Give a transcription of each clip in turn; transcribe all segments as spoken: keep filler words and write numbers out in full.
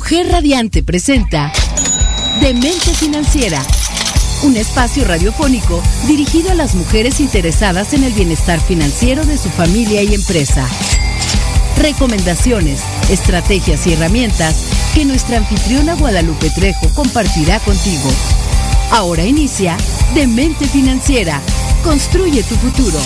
Mujer Radiante presenta Demente Financiera, un espacio radiofónico dirigido a las mujeres interesadas en el bienestar financiero de su familia y empresa. Recomendaciones, estrategias y herramientas que nuestra anfitriona Guadalupe Trejo compartirá contigo. Ahora inicia Demente Financiera. Construye tu futuro.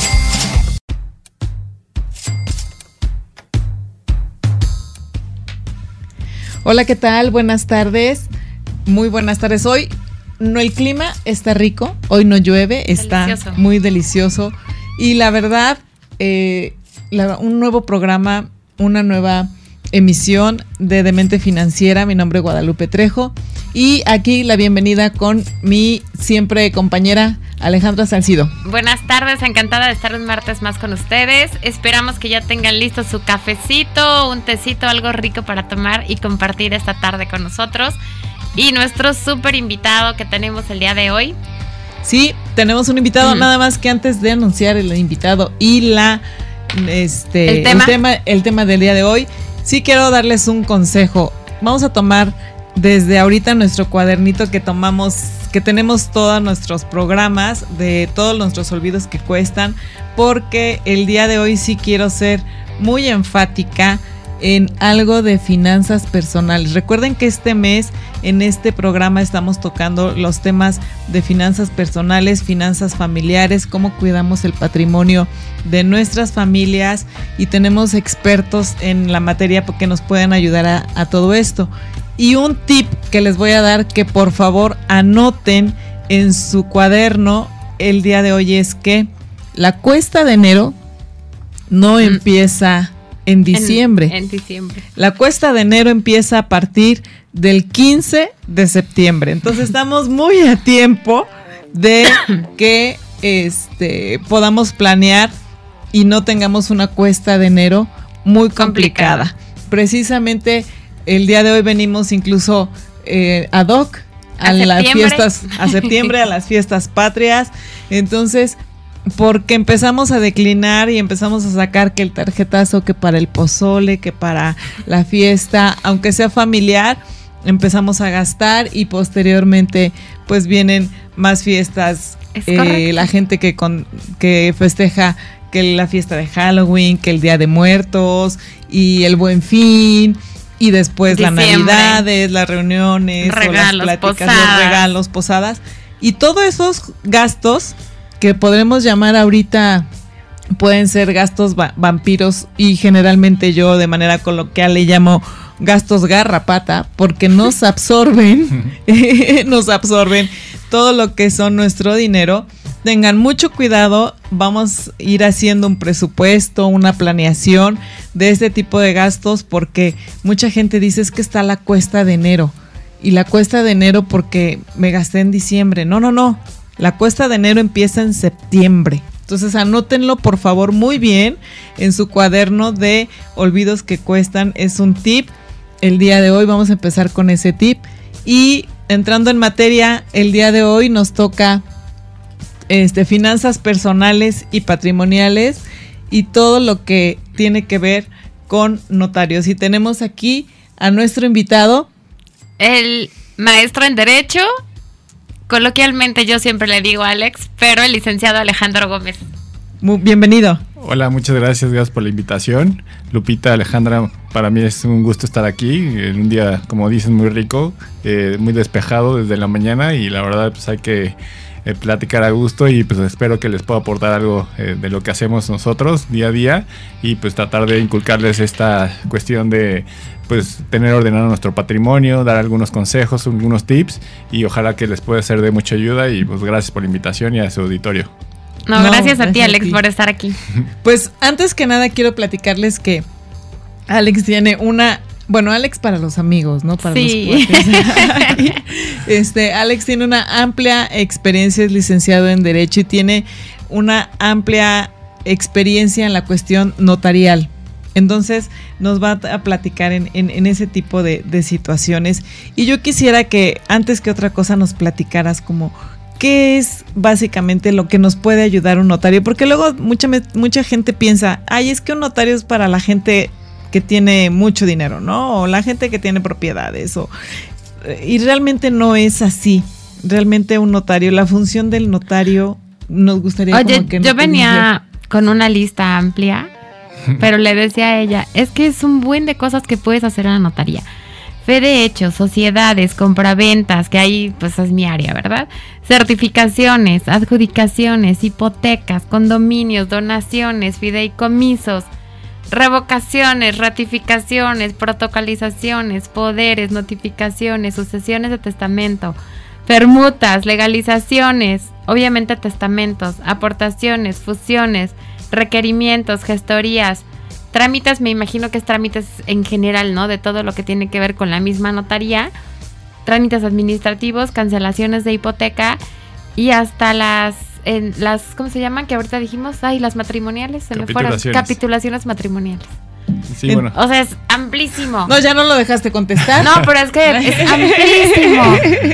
Hola, ¿qué tal? Buenas tardes. Muy buenas tardes. Hoy no, el clima está rico, hoy no llueve, está delicioso. Muy delicioso. Y la verdad, eh, la, un nuevo programa, una nueva emisión de Demente Financiera. Mi nombre es Guadalupe Trejo y aquí la bienvenida con mi siempre compañera Alejandra Salcido. Buenas tardes, encantada de estar un martes más con ustedes. Esperamos que ya tengan listo su cafecito, un tecito, algo rico para tomar y compartir esta tarde con nosotros. Y nuestro súper invitado que tenemos el día de hoy. Sí, tenemos un invitado, mm. nada más que antes de anunciar el invitado y la este ¿El tema? el tema el tema del día de hoy, sí quiero darles un consejo. Vamos a tomar desde ahorita nuestro cuadernito que tomamos, que tenemos todos nuestros programas, de todos nuestros olvidos que cuestan, porque el día de hoy sí quiero ser muy enfática en algo de finanzas personales. Recuerden que este mes en este programa estamos tocando los temas de finanzas personales, finanzas familiares, cómo cuidamos el patrimonio de nuestras familias, y tenemos expertos en la materia que nos pueden ayudar a, a todo esto. Y un tip que les voy a dar, que por favor anoten en su cuaderno el día de hoy, es que la cuesta de enero no mm. empieza en diciembre. En, en diciembre. La cuesta de enero empieza a partir del quince de septiembre. Entonces estamos muy a tiempo de que este podamos planear y no tengamos una cuesta de enero muy complicada. complicada. Precisamente el día de hoy venimos incluso eh, ad hoc a, a las fiestas, a septiembre, a las fiestas patrias. Entonces, porque empezamos a declinar y empezamos a sacar que el tarjetazo, que para el pozole, que para la fiesta, aunque sea familiar, empezamos a gastar, y posteriormente pues vienen más fiestas. Eh, la gente que, con, que festeja que la fiesta de Halloween, que el Día de Muertos y el Buen Fin, y después las Navidades, las reuniones, regalos, o las pláticas, posadas. los regalos, posadas, y todos esos gastos que podremos llamar ahorita, pueden ser gastos va- vampiros, y generalmente yo de manera coloquial le llamo gastos garrapata, porque nos absorben, nos absorben todo lo que son nuestro dinero. Tengan mucho cuidado, vamos a ir haciendo un presupuesto, una planeación de este tipo de gastos, porque mucha gente dice es que está la cuesta de enero, y la cuesta de enero porque me gasté en diciembre. No, no, no. La cuesta de enero empieza en septiembre. Entonces anótenlo por favor muy bien en su cuaderno de olvidos que cuestan. Es un tip. El día de hoy vamos a empezar con ese tip. Y entrando en materia, el día de hoy nos toca este, finanzas personales y patrimoniales, y todo lo que tiene que ver con notarios. Y tenemos aquí a nuestro invitado, el maestro en Derecho. Coloquialmente yo siempre le digo Alex, pero el licenciado Alejandro Gómez. Muy bienvenido. Hola, muchas gracias, gracias por la invitación. Lupita, Alejandra, para mí es un gusto estar aquí en un día, como dicen, muy rico, eh, muy despejado desde la mañana, y la verdad pues hay que eh, platicar a gusto, y pues espero que les pueda aportar algo eh, de lo que hacemos nosotros día a día, y pues tratar de inculcarles esta cuestión de pues tener ordenado nuestro patrimonio, dar algunos consejos, algunos tips, y ojalá que les pueda ser de mucha ayuda. Y pues gracias por la invitación y a su auditorio. No, no gracias, gracias a ti, Alex, a ti. por estar aquí. Pues antes que nada quiero platicarles que Alex tiene una, bueno, Alex para los amigos, ¿no? Para sí. los cuates. Este, Alex tiene una amplia experiencia, es licenciado en Derecho y tiene una amplia experiencia en la cuestión notarial. Entonces nos va a platicar en, en, en ese tipo de, de situaciones. Y yo quisiera que antes que otra cosa nos platicaras como qué es básicamente lo que nos puede ayudar un notario, porque luego mucha, mucha gente piensa, ay, es que un notario es para la gente que tiene mucho dinero, ¿no? O la gente que tiene propiedades, o, y realmente no es así. Realmente un notario, la función del notario, nos gustaría Oye, como que yo no venía con una lista amplia, pero le decía a ella, es que es un buen de cosas que puedes hacer en la notaría. Fe de hechos, sociedades, compraventas, que ahí pues es mi área, ¿verdad? Certificaciones, adjudicaciones, hipotecas, condominios, donaciones, fideicomisos, revocaciones, ratificaciones, protocolizaciones, poderes, notificaciones, sucesiones de testamento, permutas, legalizaciones, obviamente testamentos, aportaciones, fusiones, requerimientos, gestorías, trámites, me imagino que es trámites en general, ¿no? De todo lo que tiene que ver con la misma notaría, trámites administrativos, cancelaciones de hipoteca y hasta las, en, las ¿cómo se llaman? Que ahorita dijimos, ay, las matrimoniales, se me fueron, capitulaciones matrimoniales. Sí, bueno. O sea, es amplísimo. No, ya no lo dejaste contestar. No, pero es que es amplísimo.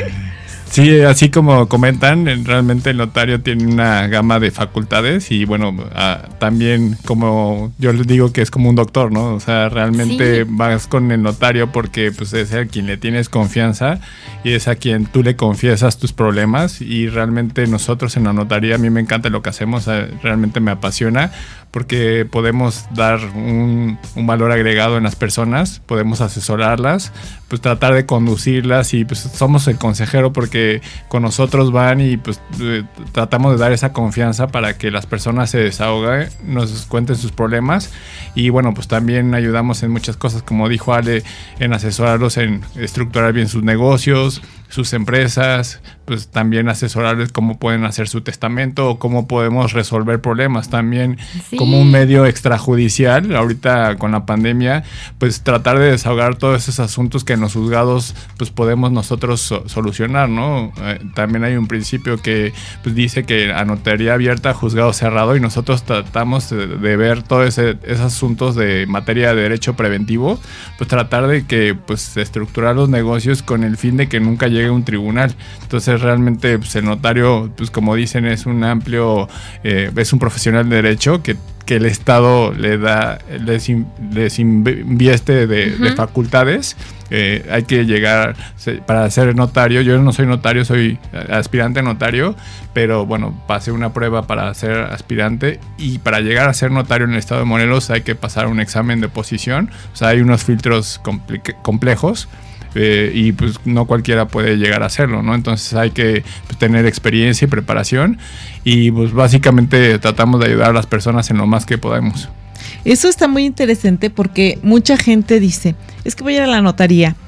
Sí, así como comentan, realmente el notario tiene una gama de facultades y bueno, uh, también como yo les digo que es como un doctor, ¿no? O sea, realmente sí. Vas con el notario porque pues es a quien le tienes confianza y es a quien tú le confiesas tus problemas y realmente nosotros en la notaría, a mí me encanta lo que hacemos, realmente me apasiona porque podemos dar un, un valor agregado en las personas, podemos asesorarlas, pues tratar de conducirlas y pues somos el consejero porque con nosotros van y pues eh, tratamos de dar esa confianza para que las personas se desahoguen, nos cuenten sus problemas y bueno, pues también ayudamos en muchas cosas, como dijo Ale, en asesorarlos en estructurar bien sus negocios, sus empresas, pues también asesorarles cómo pueden hacer su testamento o cómo podemos resolver problemas también sí. Como un medio extrajudicial, ahorita con la pandemia, pues tratar de desahogar todos esos asuntos que en los juzgados pues podemos nosotros so- solucionar, ¿no? Eh, también hay un principio que pues dice que a notaría abierta, juzgado cerrado y nosotros tratamos de, de ver todos ese, esos asuntos de materia de derecho preventivo, pues tratar de que pues estructurar los negocios con el fin de que nunca llegue a un tribunal. Entonces realmente pues, el notario, pues como dicen, es un amplio, eh, es un profesional de derecho que que el Estado le da, les, in, les invieste de, uh-huh. de facultades. Eh, hay que llegar para ser notario. Yo no soy notario, soy aspirante a notario, pero bueno, pasé una prueba para ser aspirante y para llegar a ser notario en el estado de Morelos hay que pasar un examen de oposición. O sea, hay unos filtros comple- complejos. Eh, y pues no cualquiera puede llegar a hacerlo, ¿no? Entonces hay que pues, tener experiencia y preparación y pues básicamente tratamos de ayudar a las personas en lo más que podamos. Eso está muy interesante porque mucha gente dice, es que voy a ir a la notaría,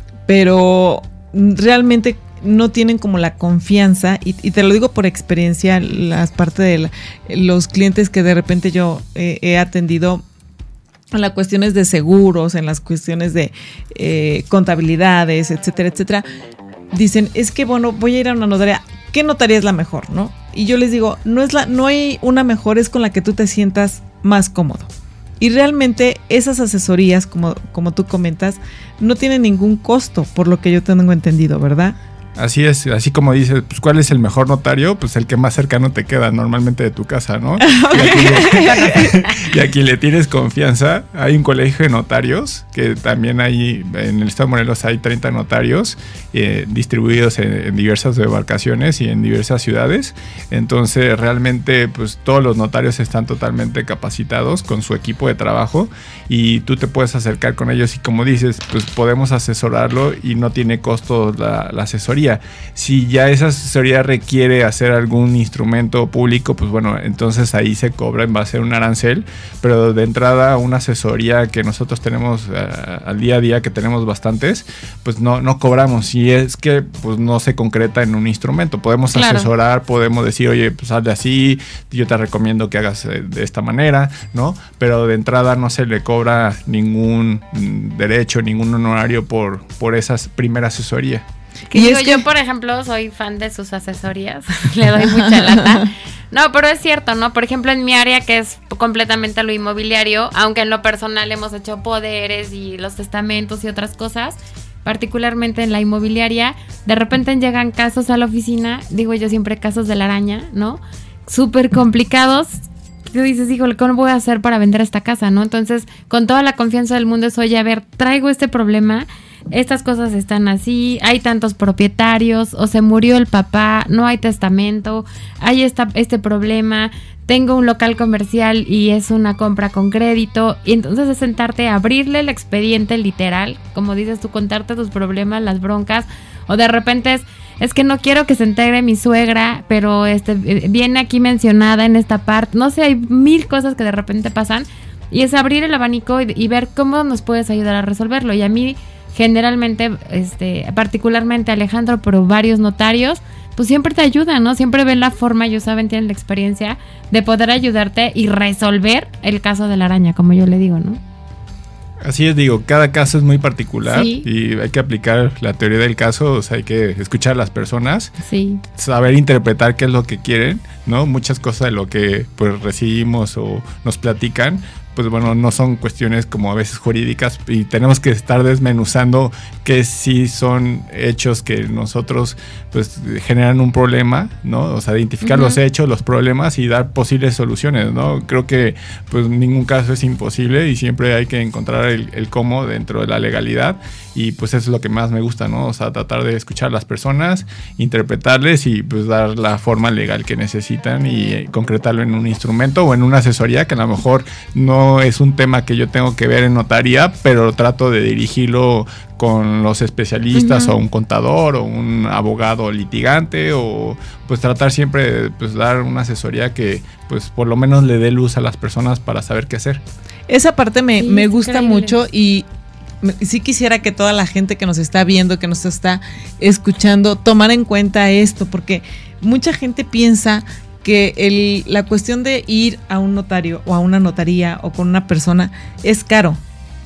pero realmente no tienen como la confianza y, y te lo digo por experiencia, las partes de la, los clientes que de repente yo eh, he atendido en las cuestiones de seguros, en las cuestiones de eh, contabilidades, etcétera, etcétera, dicen, es que bueno, voy a ir a una notaría, ¿qué notaría es la mejor, no? Y yo les digo, no es la, no hay una mejor, es con la que tú te sientas más cómodo. Y realmente esas asesorías, como, como tú comentas, no tienen ningún costo, por lo que yo tengo entendido, ¿verdad? Así es, así como dices, pues ¿cuál es el mejor notario? Pues el que más cercano te queda normalmente de tu casa, ¿no? Y aquí, le, y aquí le tienes confianza. Hay un colegio de notarios, que también hay, en el estado de Morelos hay treinta notarios eh, distribuidos en, en diversas demarcaciones y en diversas ciudades. Entonces realmente pues todos los notarios están totalmente capacitados con su equipo de trabajo y tú te puedes acercar con ellos y como dices, pues podemos asesorarlo y no tiene costo la, la asesoría. Si ya esa asesoría requiere hacer algún instrumento público, pues bueno, entonces ahí se cobra en base a un arancel, pero de entrada una asesoría que nosotros tenemos uh, al día a día, que tenemos bastantes, pues no, no cobramos. Y es que pues no se concreta en un instrumento. Podemos claro. asesorar, podemos decir, oye, pues hazle así, yo te recomiendo que hagas de esta manera, ¿no? Pero de entrada no se le cobra ningún derecho, ningún honorario por, por esa primera asesoría. Que digo, es que yo, por ejemplo, soy fan de sus asesorías, le doy mucha lata. No, pero es cierto, ¿no? Por ejemplo, en mi área, que es completamente lo inmobiliario, aunque en lo personal hemos hecho poderes y los testamentos y otras cosas, particularmente en la inmobiliaria, de repente llegan casos a la oficina, digo yo siempre casos de la araña, ¿no? Súper complicados, tú dices, híjole, ¿cómo voy a hacer para vender esta casa, no? Entonces, con toda la confianza del mundo es, oye, a ver, traigo este problema, estas cosas están así, hay tantos propietarios, o se murió el papá, no hay testamento, hay esta, este problema, tengo un local comercial y es una compra con crédito, y entonces es sentarte a abrirle el expediente literal, como dices tú, contarte tus problemas, las broncas, o de repente es, es que no quiero que se integre mi suegra, pero este viene aquí mencionada en esta parte, no sé, hay mil cosas que de repente pasan, y es abrir el abanico y, y ver cómo nos puedes ayudar a resolverlo. Y a mí generalmente, este, particularmente Alejandro, pero varios notarios, pues siempre te ayudan, ¿no? Siempre ven la forma, ellos saben, tienen la experiencia de poder ayudarte y resolver el caso de la araña, como yo le digo, ¿no? Así es, digo, cada caso es muy particular, sí, y hay que aplicar la teoría del caso, o sea, hay que escuchar a las personas, sí, saber interpretar qué es lo que quieren, ¿no? Muchas cosas de lo que pues recibimos o nos platican, pues bueno, no son cuestiones como a veces jurídicas, y tenemos que estar desmenuzando que sí son hechos que nosotros pues generan un problema, ¿no? O sea, identificar uh-huh. los hechos, los problemas y dar posibles soluciones, ¿no? Creo que pues ningún caso es imposible y siempre hay que encontrar el, el cómo dentro de la legalidad, y pues eso es lo que más me gusta, ¿no? O sea, tratar de escuchar a las personas, interpretarles y pues dar la forma legal que necesitan y concretarlo en un instrumento o en una asesoría que a lo mejor no es un tema que yo tengo que ver en notaría, pero trato de dirigirlo con los especialistas, uh-huh. o un contador o un abogado litigante, o pues tratar siempre de pues, dar una asesoría que pues por lo menos le dé luz a las personas para saber qué hacer. Esa parte me, sí, me gusta increíble. mucho, y sí quisiera que toda la gente que nos está viendo, que nos está escuchando, tomara en cuenta esto, porque mucha gente piensa que el, la cuestión de ir a un notario o a una notaría o con una persona es caro.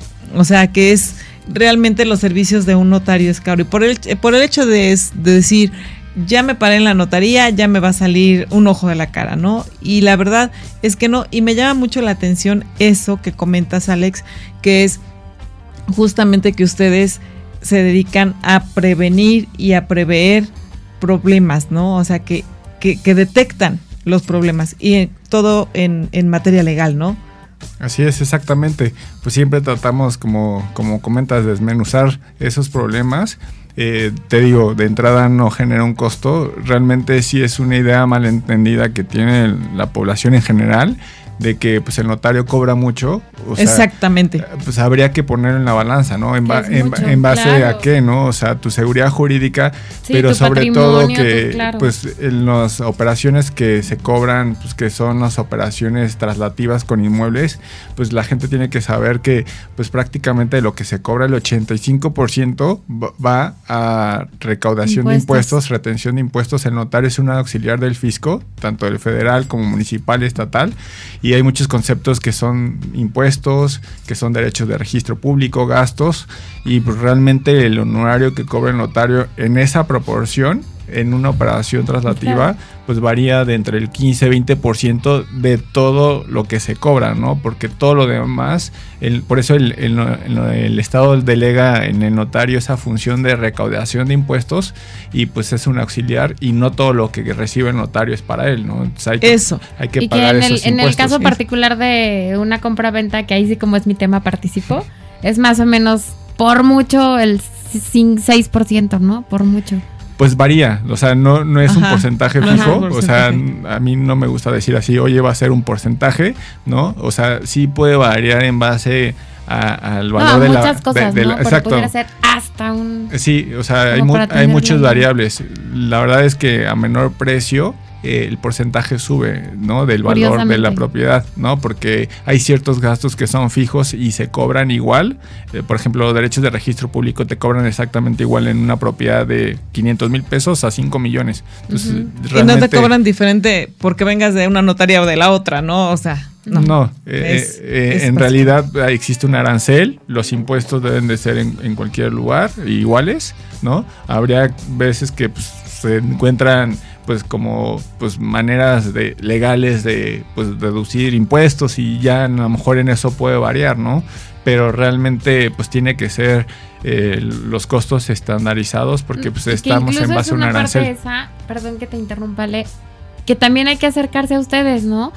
O sea, que es realmente los servicios de un notario es caro. Y por el, por el hecho de, de decir, ya me paré en la notaría, ya me va a salir un ojo de la cara, ¿no? Y la verdad es que no. Y me llama mucho la atención eso que comentas, Alex, que es justamente que ustedes se dedican a prevenir y a prever problemas, ¿no? O sea, que, que, que detectan los problemas, y en, todo en, en materia legal, ¿no? Así es, exactamente. Pues siempre tratamos, como, como comentas, desmenuzar esos problemas. Eh, te digo, de entrada no genera un costo. Realmente sí es una idea malentendida que tiene la población en general, de que pues el notario cobra mucho. O sea, exactamente. Pues habría que ponerlo en la balanza, ¿no? En, ba- en, en base claro. a qué, ¿no? O sea, tu seguridad jurídica, sí, pero sobre todo que tu, claro. pues en las operaciones que se cobran, pues que son las operaciones traslativas con inmuebles, pues la gente tiene que saber que pues prácticamente de lo que se cobra, el ochenta y cinco por ciento va a recaudación impuestos. de impuestos, retención de impuestos. El notario es un auxiliar del fisco, tanto del federal como municipal y estatal, y hay muchos conceptos que son impuestos, que son derechos de registro público, gastos, y pues realmente el honorario que cobra el notario en esa proporción en una operación traslativa, claro. pues varía de entre el quince a veinte por ciento de todo lo que se cobra, ¿no? Porque todo lo demás, el, por eso el, el, el Estado delega en el notario esa función de recaudación de impuestos, y pues es un auxiliar, y no todo lo que recibe el notario es para él, ¿no? Entonces hay que, eso. Hay que y pagar que en esos el, impuestos. En el caso ¿sí? particular de una compra-venta, que ahí sí como es mi tema participo, es más o menos por mucho el seis por ciento, ¿no? Por mucho. Pues varía, o sea, no, no es Ajá. un porcentaje fijo, Ajá, o porcentaje. sea, a mí no me gusta decir así, oye, va a ser un porcentaje, ¿no? O sea, sí puede variar en base a, al valor no, de muchas la... cosas, de, de ¿no? la, Pero exacto. pudiera ser hasta un... Sí, o sea, hay, mu- hay muchas variables. La verdad es que a menor precio eh, el porcentaje sube, ¿no? Del valor de la propiedad, ¿no? Porque hay ciertos gastos que son fijos y se cobran igual. Eh, por ejemplo, los derechos de registro público te cobran exactamente igual en una propiedad de quinientos mil pesos a cinco millones. Entonces, uh-huh. realmente, y no te cobran diferente porque vengas de una notaría o de la otra, ¿no? O sea... No, no eh, es, eh, es en realidad existe un arancel, los impuestos deben de ser en, en cualquier lugar iguales, ¿no? Habría veces que pues, se encuentran pues como pues maneras de legales de pues deducir impuestos, y ya a lo mejor en eso puede variar, ¿no? Pero realmente pues tiene que ser eh, los costos estandarizados, porque pues estamos en base a un arancel. Esa, perdón que te interrumpa, Le, que también hay que acercarse a ustedes, ¿no?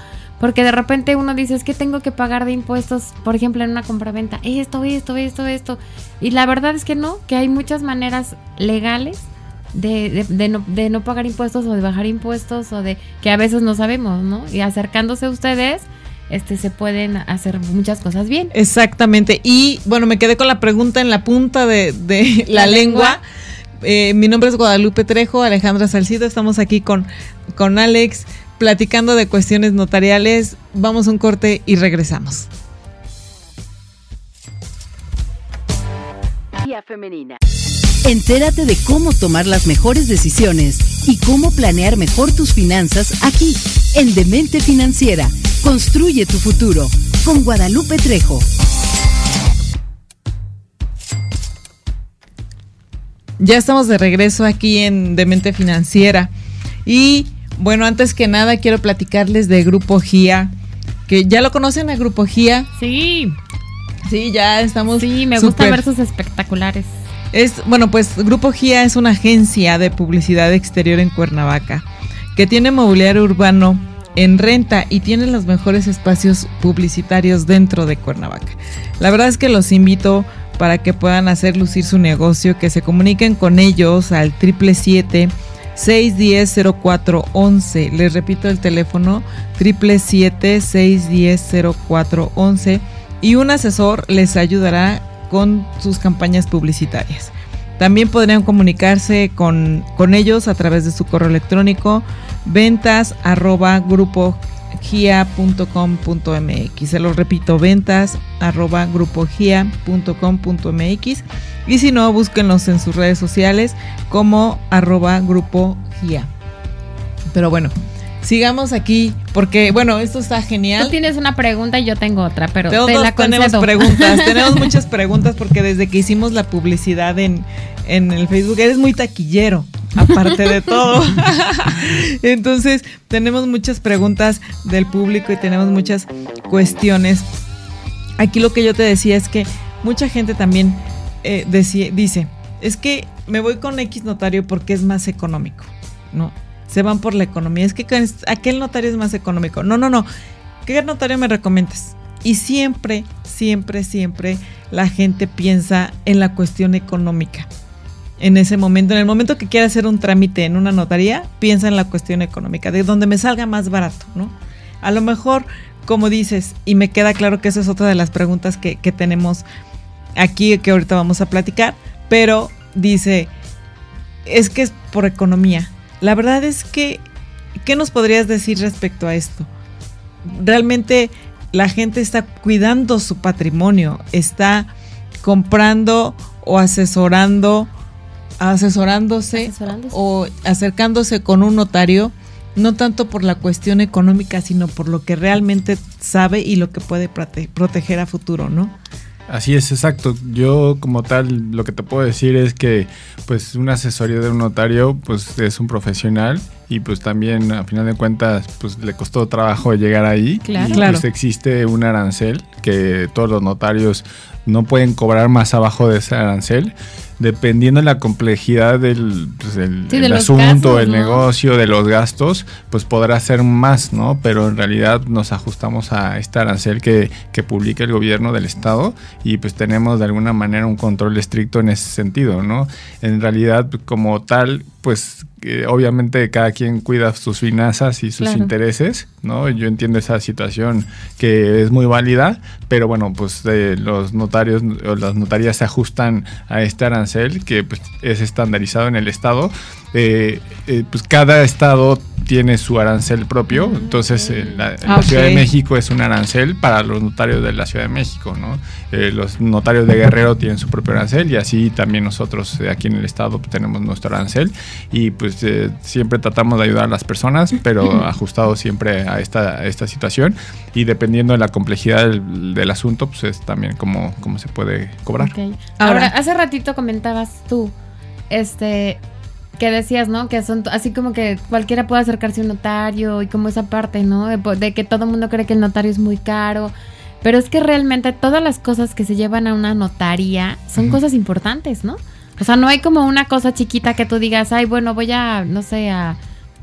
Porque de repente uno dice, es que tengo que pagar de impuestos, por ejemplo, en una compraventa, esto, esto, esto, esto. Y la verdad es que no, que hay muchas maneras legales de, de, de, no, de no pagar impuestos o de bajar impuestos o de que a veces no sabemos, ¿no? Y acercándose a ustedes, este, se pueden hacer muchas cosas bien. Exactamente. Y bueno, me quedé con la pregunta en la punta de, de la, la lengua. lengua. Eh, mi nombre es Guadalupe Trejo, Alejandra Salcido. Estamos aquí con, con Alex, platicando de cuestiones notariales. Vamos a un corte y regresamos. Femenina. Entérate de cómo tomar las mejores decisiones y cómo planear mejor tus finanzas aquí, en Demente Financiera. Construye tu futuro, con Guadalupe Trejo. Ya estamos de regreso aquí en Demente Financiera. Y bueno, antes que nada quiero platicarles de Grupo G I A, que ya lo conocen a Grupo G I A. Sí. Sí, ya estamos. Sí, me super. gusta ver sus espectaculares. Es, bueno, pues Grupo G I A es una agencia de publicidad exterior en Cuernavaca que tiene mobiliario urbano en renta y tiene los mejores espacios publicitarios dentro de Cuernavaca. La verdad es que los invito para que puedan hacer lucir su negocio, que se comuniquen con ellos al siete siete siete, seis uno cero, cero cuatro uno uno. Les repito el teléfono, siete siete siete, seis uno cero, cero cuatro uno uno, y un asesor les ayudará con sus campañas publicitarias. También podrían comunicarse con, con ellos a través de su correo electrónico, ventas arroba grupo gia punto com punto mx. Se los repito, ventas arroba grupo gia punto com punto mx, y si no, búsquenlos en sus redes sociales como arroba grupo gia. Pero bueno, sigamos aquí, porque bueno, esto está genial. Tú tienes una pregunta y yo tengo otra, pero Todos te la tenemos concedo. preguntas, tenemos muchas preguntas, porque desde que hicimos la publicidad en, en el Facebook, eres muy taquillero, aparte de todo. Entonces, tenemos muchas preguntas del público y tenemos muchas cuestiones. Aquí lo que yo te decía es que mucha gente también eh, decía, dice, es que me voy con X notario porque es más económico, ¿no? Se van por la economía. Es que aquel notario es más económico. No, no, no. ¿Qué notario me recomiendas? Y siempre, siempre, siempre la gente piensa en la cuestión económica. En ese momento, en el momento que quiera hacer un trámite en una notaría, piensa en la cuestión económica, de donde me salga más barato, ¿no? A lo mejor, como dices, y me queda claro que esa es otra de las preguntas que, que tenemos aquí, que ahorita vamos a platicar, pero dice, es que es por economía. La verdad es que, ¿qué nos podrías decir respecto a esto? Realmente la gente está cuidando su patrimonio, está comprando o asesorando, asesorándose, asesorándose o acercándose con un notario, no tanto por la cuestión económica, sino por lo que realmente sabe y lo que puede prote- proteger a futuro, ¿no? Así es, exacto. Yo como tal lo que te puedo decir es que pues una asesoría de un notario pues es un profesional y pues también a final de cuentas pues le costó trabajo llegar ahí. Claro. Y Claro. pues existe un arancel que todos los notarios no pueden cobrar más abajo de ese arancel, dependiendo de la complejidad del, pues, del, Sí, de del los asunto, casos, el ¿no? negocio, de los gastos, pues podrá ser más, ¿no? Pero en realidad nos ajustamos a este arancel que, que publica el gobierno del estado y pues tenemos de alguna manera un control estricto en ese sentido, ¿no? En realidad, como tal, pues eh, obviamente cada quien cuida sus finanzas y sus Claro. intereses, ¿no? Yo entiendo esa situación que es muy válida, pero bueno, pues eh, los notarios o las notarías se ajustan a este arancel que pues, es estandarizado en el estado. Eh, eh, pues cada estado tiene su arancel propio, entonces eh, la, la Ah, Ciudad ok. de México es un arancel para los notarios de la Ciudad de México, ¿no? Eh, los notarios de Guerrero tienen su propio arancel y así también nosotros eh, aquí en el estado pues, tenemos nuestro arancel y pues eh, siempre tratamos de ayudar a las personas, pero ajustado siempre a esta, a esta situación y dependiendo de la complejidad del, del asunto, pues es también cómo, cómo se puede cobrar. Okay. Ahora- Ahora, hace ratito comentabas tú, este, que decías, ¿no? Que son t- así como que cualquiera puede acercarse a un notario y como esa parte, ¿no? De, po- de que todo el mundo cree que el notario es muy caro. Pero es que realmente todas las cosas que se llevan a una notaría son Ujú. cosas importantes, ¿no? O sea, no hay como una cosa chiquita que tú digas, ay, bueno, voy a, no sé, a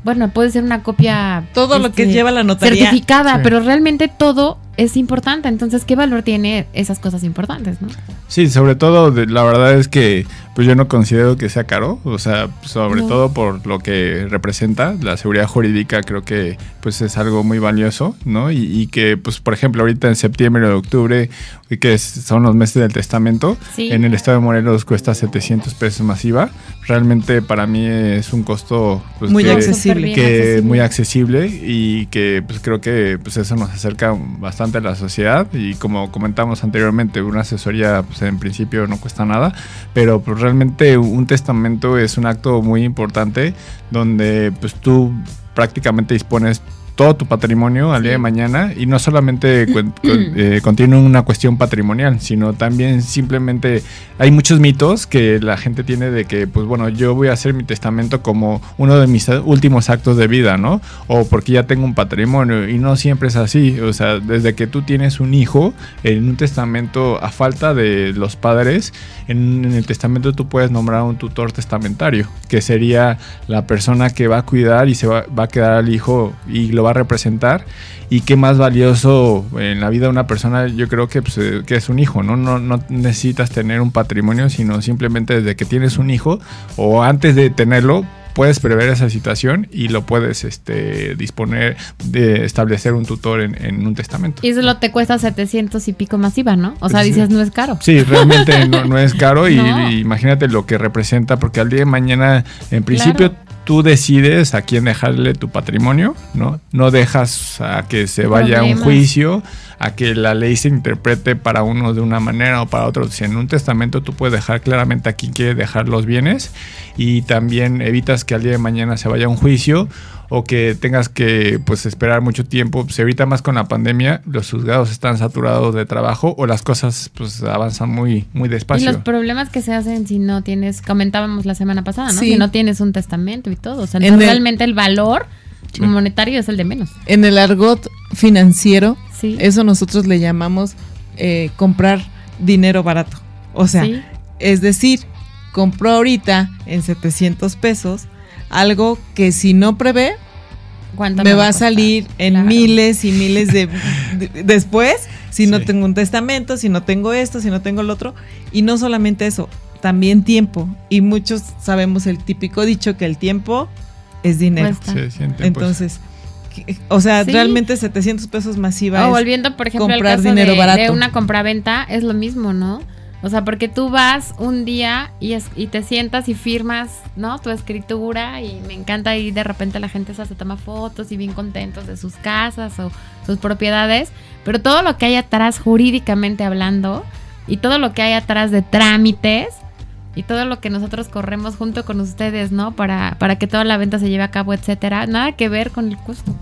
bueno, puede ser una copia... Todo este, lo que lleva la notaría. Certificada, Sí. pero realmente todo es importante. Entonces, ¿qué valor tiene esas cosas importantes, no? Sí, sobre todo, de, la verdad es que pues yo no considero que sea caro, o sea, sobre No. todo por lo que representa, la seguridad jurídica creo que pues es algo muy valioso, ¿no? Y, y que, pues, por ejemplo, ahorita en septiembre o octubre, que es, son los meses del testamento, Sí. en el estado de Morelos cuesta setecientos pesos masiva. Realmente para mí es un costo pues, Muy que, accesible. que muy accesible y que pues creo que pues eso nos acerca bastante a la sociedad y como comentamos anteriormente, una asesoría pues en principio no cuesta nada, pero pues realmente un testamento es un acto muy importante donde pues tú prácticamente dispones todo tu patrimonio al Sí. día de mañana y no solamente cu- cu- eh, contiene una cuestión patrimonial, sino también simplemente hay muchos mitos que la gente tiene de que, pues bueno, yo voy a hacer mi testamento como uno de mis últimos actos de vida, ¿no? O porque ya tengo un patrimonio y no siempre es así, o sea, desde que tú tienes un hijo, en un testamento, a falta de los padres, en, en el testamento tú puedes nombrar un tutor testamentario, que sería la persona que va a cuidar y se va, va a quedar al hijo y lo va a representar. Y qué más valioso en la vida de una persona, yo creo que, pues, eh, que es un hijo, ¿no? No, no necesitas tener un patrimonio, sino simplemente desde que tienes un hijo o antes de tenerlo, puedes prever esa situación y lo puedes este, disponer de establecer un tutor en, en un testamento. Y solo te cuesta setecientos y pico masiva, ¿no? O sea, Sí. dices, no es caro. Sí, realmente no, no es caro y, No. y imagínate lo que representa, porque al día de mañana, en principio, Claro. tú decides a quién dejarle tu patrimonio, ¿no? No dejas a que se vaya a un Problemas. juicio, a que la ley se interprete para uno de una manera o para otro. Si en un testamento tú puedes dejar claramente a quién quiere dejar los bienes y también evitas que al día de mañana se vaya a un juicio o que tengas que pues esperar mucho tiempo. Se evita más con la pandemia, los juzgados están saturados de trabajo o las cosas pues avanzan muy, muy Y despacio. los problemas que se hacen si no tienes, comentábamos la semana pasada, ¿no? Sí. Si no tienes un testamento y todo. O sea, En entonces el- realmente el valor Sí. monetario es el de menos. En el argot financiero, Sí. eso nosotros le llamamos eh, comprar dinero barato. O sea, Sí. es decir, compró ahorita en setecientos pesos algo que si no prevé, ¿Cuánto me va a costar? salir en Claro. miles y miles de, de- después, si no Sí. tengo un testamento, si no tengo esto, si no tengo lo otro. Y no solamente eso, también tiempo. Y muchos sabemos el típico dicho que el tiempo es dinero. Cuesta. Se sienten, pues, Entonces, que- o sea, Sí. realmente setecientos pesos masiva O es volviendo, por ejemplo, al comprar caso dinero de, barato. de una compraventa, es lo mismo, ¿no? O sea, porque tú vas un día y, es, y te sientas y firmas, ¿no? Tu escritura y me encanta y de repente la gente se toma fotos y bien contentos de sus casas o sus propiedades, pero todo lo que hay atrás jurídicamente hablando y todo lo que hay atrás de trámites y todo lo que nosotros corremos junto con ustedes, ¿no? Para, para que toda la venta se lleve a cabo, etcétera, nada que ver con el costo.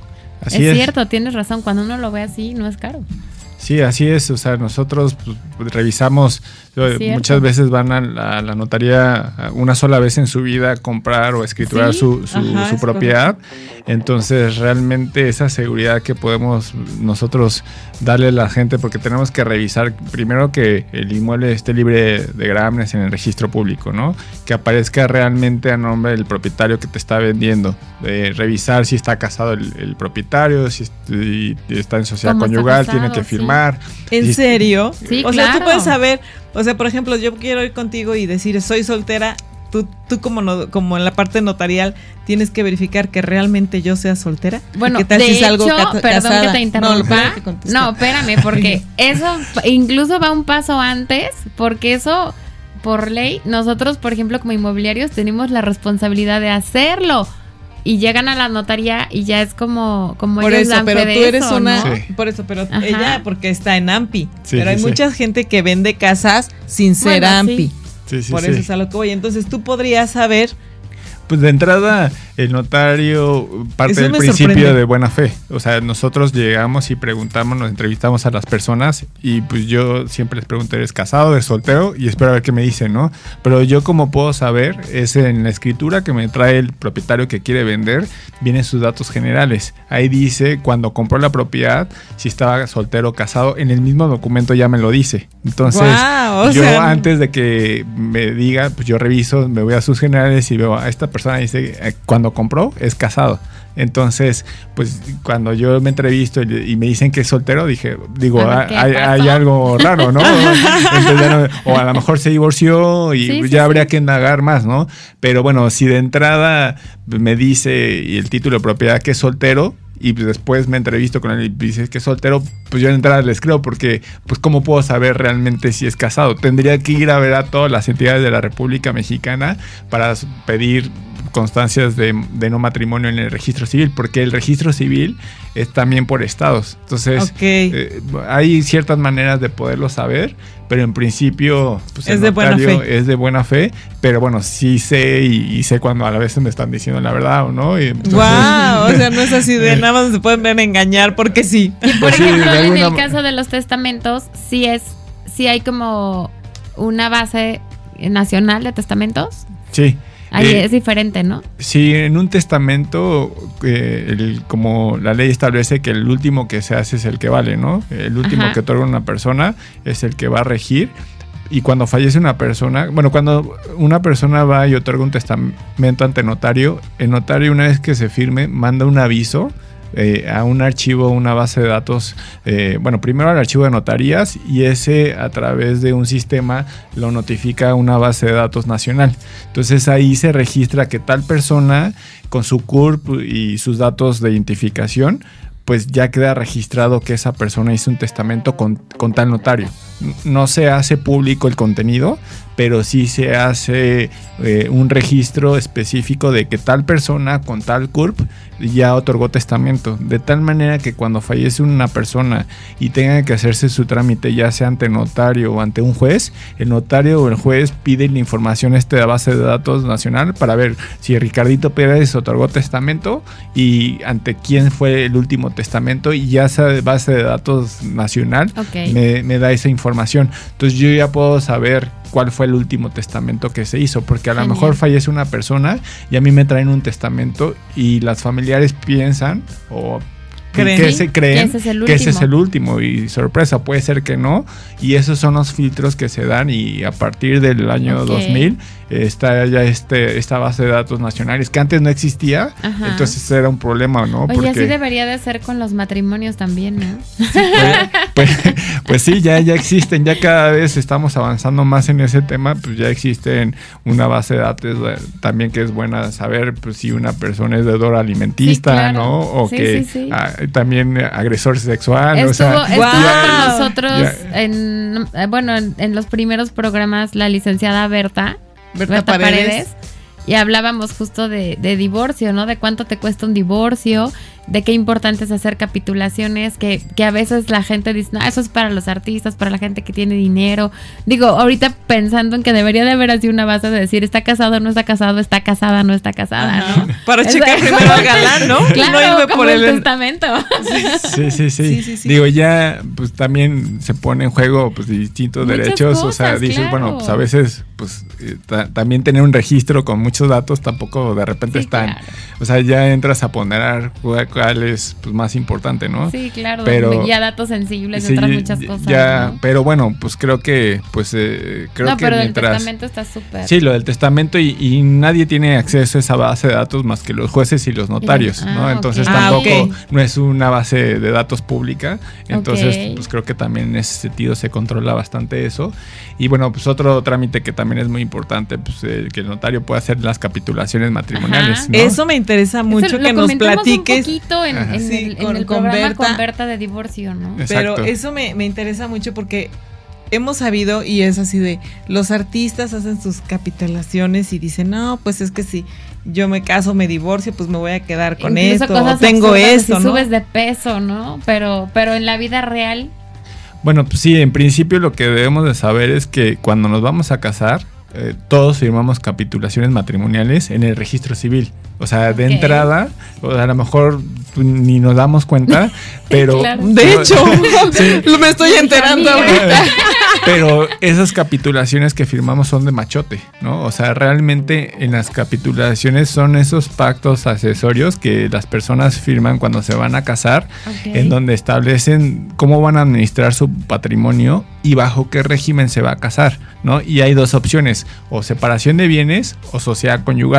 así es, es. cierto, tienes razón, cuando uno lo ve así no es caro. Sí, así es. O sea, nosotros pues, revisamos, eh, Cierto. muchas veces van a la, a la notaría una sola vez en su vida a comprar o a escriturar Sí, su, su, ajá, su es propiedad. Entonces, realmente esa seguridad que podemos nosotros darle a la gente, porque tenemos que revisar primero que el inmueble esté libre de grámenes en el registro público, ¿no? Que aparezca realmente a nombre del propietario que te está vendiendo. Eh, revisar si está casado el, el propietario, si est- y está en sociedad ¿Cómo está conyugal, casado? tiene que Sí. firmar. ¿En Y- serio? Sí, o sea, tú claro. puedes saber, o sea, por ejemplo, yo quiero ir contigo y decir, soy soltera. Tú, tú como, no- como en la parte notarial, tienes que verificar que realmente yo sea soltera. Bueno, ¿Qué tal de si salgo hecho, ca- perdón casada? que te No, interrumpa. lo que contesté. No, espérame, porque eso incluso va un paso antes, porque eso, por ley, nosotros, por ejemplo, como inmobiliarios, tenemos la responsabilidad de hacerlo. Y llegan a la notaría y ya es como, como Por ellos eso, dan pero fe tú de eres eso, una, ¿no? Sí. por eso, pero Ajá. ella porque está en AMPI, Sí, pero hay sí, sí. mucha gente que vende casas sin ser Bueno, AMPI, sí. Sí, sí, por sí. eso es a lo que voy. Entonces tú podrías saber, Pues de entrada, el notario parte Eso del me principio sorprende. de buena fe. O sea, nosotros llegamos y preguntamos, nos entrevistamos a las personas y pues yo siempre les pregunto, ¿eres casado, eres soltero? Y espero a ver qué me dicen, ¿no? Pero yo como puedo saber, es en la escritura que me trae el propietario que quiere vender, vienen sus datos generales. Ahí dice cuando compró la propiedad, si estaba soltero o casado, en el mismo documento ya me lo dice. Entonces, Guau, o yo sea, antes de que me diga, pues yo reviso, me voy a sus generales y veo a esta persona dice, eh, cuando lo compró es casado. Entonces, pues cuando yo me entrevisto y, y me dicen que es soltero, dije, digo, A ver, hay, hay algo raro, ¿no? Entonces, ya no, o a lo mejor se divorció y sí, ya sí, habría sí. que indagar más, ¿no? Pero bueno, si de entrada me dice y el título de propiedad que es soltero, y después me entrevisto con él y dice que es soltero, pues yo de entrada les creo, porque pues cómo puedo saber realmente si es casado. Tendría que ir a ver a todas las entidades de la República Mexicana para pedir constancias de, de no matrimonio en el registro civil, porque el registro civil es también por estados. Entonces, okay. eh, hay ciertas maneras de poderlo saber, pero en principio pues, es el de buena fe. Es de buena fe, pero bueno, sí sé y, y sé cuando a la vez me están diciendo la verdad o no. Y entonces, wow, o sea, no es así de nada más se pueden ver engañar porque sí. Y por Pues sí, ejemplo, de en alguna el ma- caso de los testamentos, sí es, sí hay como una base nacional de testamentos. Sí. Ahí Eh, es diferente, ¿no? Si en un testamento, eh, el, como la ley establece que el último que se hace es el que vale, ¿no? El último Ajá. que otorga una persona es el que va a regir. Y cuando fallece una persona, bueno, cuando una persona va y otorga un testamento ante notario, el notario, una vez que se firme, manda un aviso eh, a un archivo, una base de datos, eh, bueno, primero al archivo de notarías, y ese a través de un sistema lo notifica a una base de datos nacional. Entonces ahí se registra que tal persona con su C U R P y sus datos de identificación, pues ya queda registrado que esa persona hizo un testamento con, con tal notario. No se hace público el contenido, pero sí se hace eh, un registro específico de que tal persona con tal C U R P ya otorgó testamento, de tal manera que cuando fallece una persona y tenga que hacerse su trámite, ya sea ante notario o ante un juez, el notario o el juez pide la información este de la base de datos nacional para ver si Ricardito Pérez otorgó testamento y ante quién fue el último testamento, y ya esa base de datos nacional Ok. me, me da esa información. Entonces yo ya puedo saber cuál fue el último testamento que se hizo, porque a lo Genial. mejor fallece una persona y a mí me traen un testamento y las familiares piensan o ¿Creen? que Sí, se creen que ese es el que ese es último. el último, y sorpresa, puede ser que no, y esos son los filtros que se dan, y a partir del año Ok. dos mil eh, está ya este esta base de datos nacionales que antes no existía. Ajá. Entonces era un problema, ¿no? Oye, Porque así debería de ser con los matrimonios también, ¿no? pues, pues, pues sí, ya, ya existen, ya cada vez estamos avanzando más en ese tema, pues ya existen una base de datos eh, también que es buena saber, pues si una persona es deudora alimentista, Sí, claro. ¿no? O Sí, que sí, sí. ah, también agresor sexual, Estuvo, o sea, estuvo Wow. con nosotros ya. en, eh, bueno, en, en los primeros programas la licenciada Berta, Berta Berta Paredes. Paredes, y hablábamos justo de, de divorcio, ¿no? De cuánto te cuesta un divorcio, de qué importante es hacer capitulaciones, que, que a veces la gente dice, no, eso es para los artistas, para la gente que tiene dinero. Digo, ahorita pensando en que debería de haber así una base de decir, está casado, no está casado, está casada, no está casada, Ajá. ¿no? Para Eso- checar primero al galán, ¿no? Claro, no irme como por el el testamento. Sí, sí, sí, Sí, sí, sí. Digo, ya pues también se pone en juego pues distintos Muchas derechos, o sea, cosas, dices, claro. bueno, pues a veces pues eh, ta- también tener un registro con muchos datos tampoco de repente Sí, están, claro. o sea, ya entras a ponderar cuál, cuál es pues más importante, ¿no? Sí, claro, Pero- ya datos sensibles, Sí, otras muchas ya- cosas. ya, ¿no? pero bueno, pues creo que pues eh, creo no, que pero el mientras testamento está súper. sí, lo del testamento, y, y nadie tiene acceso a esa base de datos más que los jueces y los notarios, Ah, ¿no? Entonces ok. tampoco Ah, ok. no es una base de datos pública. Entonces, Ok. pues creo que también en ese sentido se controla bastante eso. Y bueno, pues otro trámite que también es muy importante, pues eh, que el notario pueda hacer las capitulaciones matrimoniales, Ajá. ¿no? Eso me interesa mucho Eso que lo nos comentamos platiques. un poquito en, Ajá. en Sí, el, en con- el con programa Berta. con Berta de divorcio, ¿no? Exacto. Pero eso me, me interesa mucho porque hemos sabido, y es así de, los artistas hacen sus capitulaciones y dicen, no, pues es que si yo me caso, me divorcio, pues me voy a quedar con Incluso esto, cosas tengo absurdas de esto, si ¿no? subes de peso, ¿no? Pero, pero en la vida real, Bueno, pues sí, en principio lo que debemos de saber es que cuando nos vamos a casar, eh, todos firmamos capitulaciones matrimoniales en el registro civil. O sea, de Ok. entrada, o sea, a lo mejor ni nos damos cuenta, pero... claro. De hecho, Sí. lo me estoy enterando amiga. ahorita. Pero esas capitulaciones que firmamos son de machote, ¿no? O sea, realmente en las capitulaciones son esos pactos accesorios que las personas firman cuando se van a casar, ok. en donde establecen cómo van a administrar su patrimonio y bajo qué régimen se va a casar, ¿no? Y hay dos opciones, o separación de bienes o sociedad conyugal.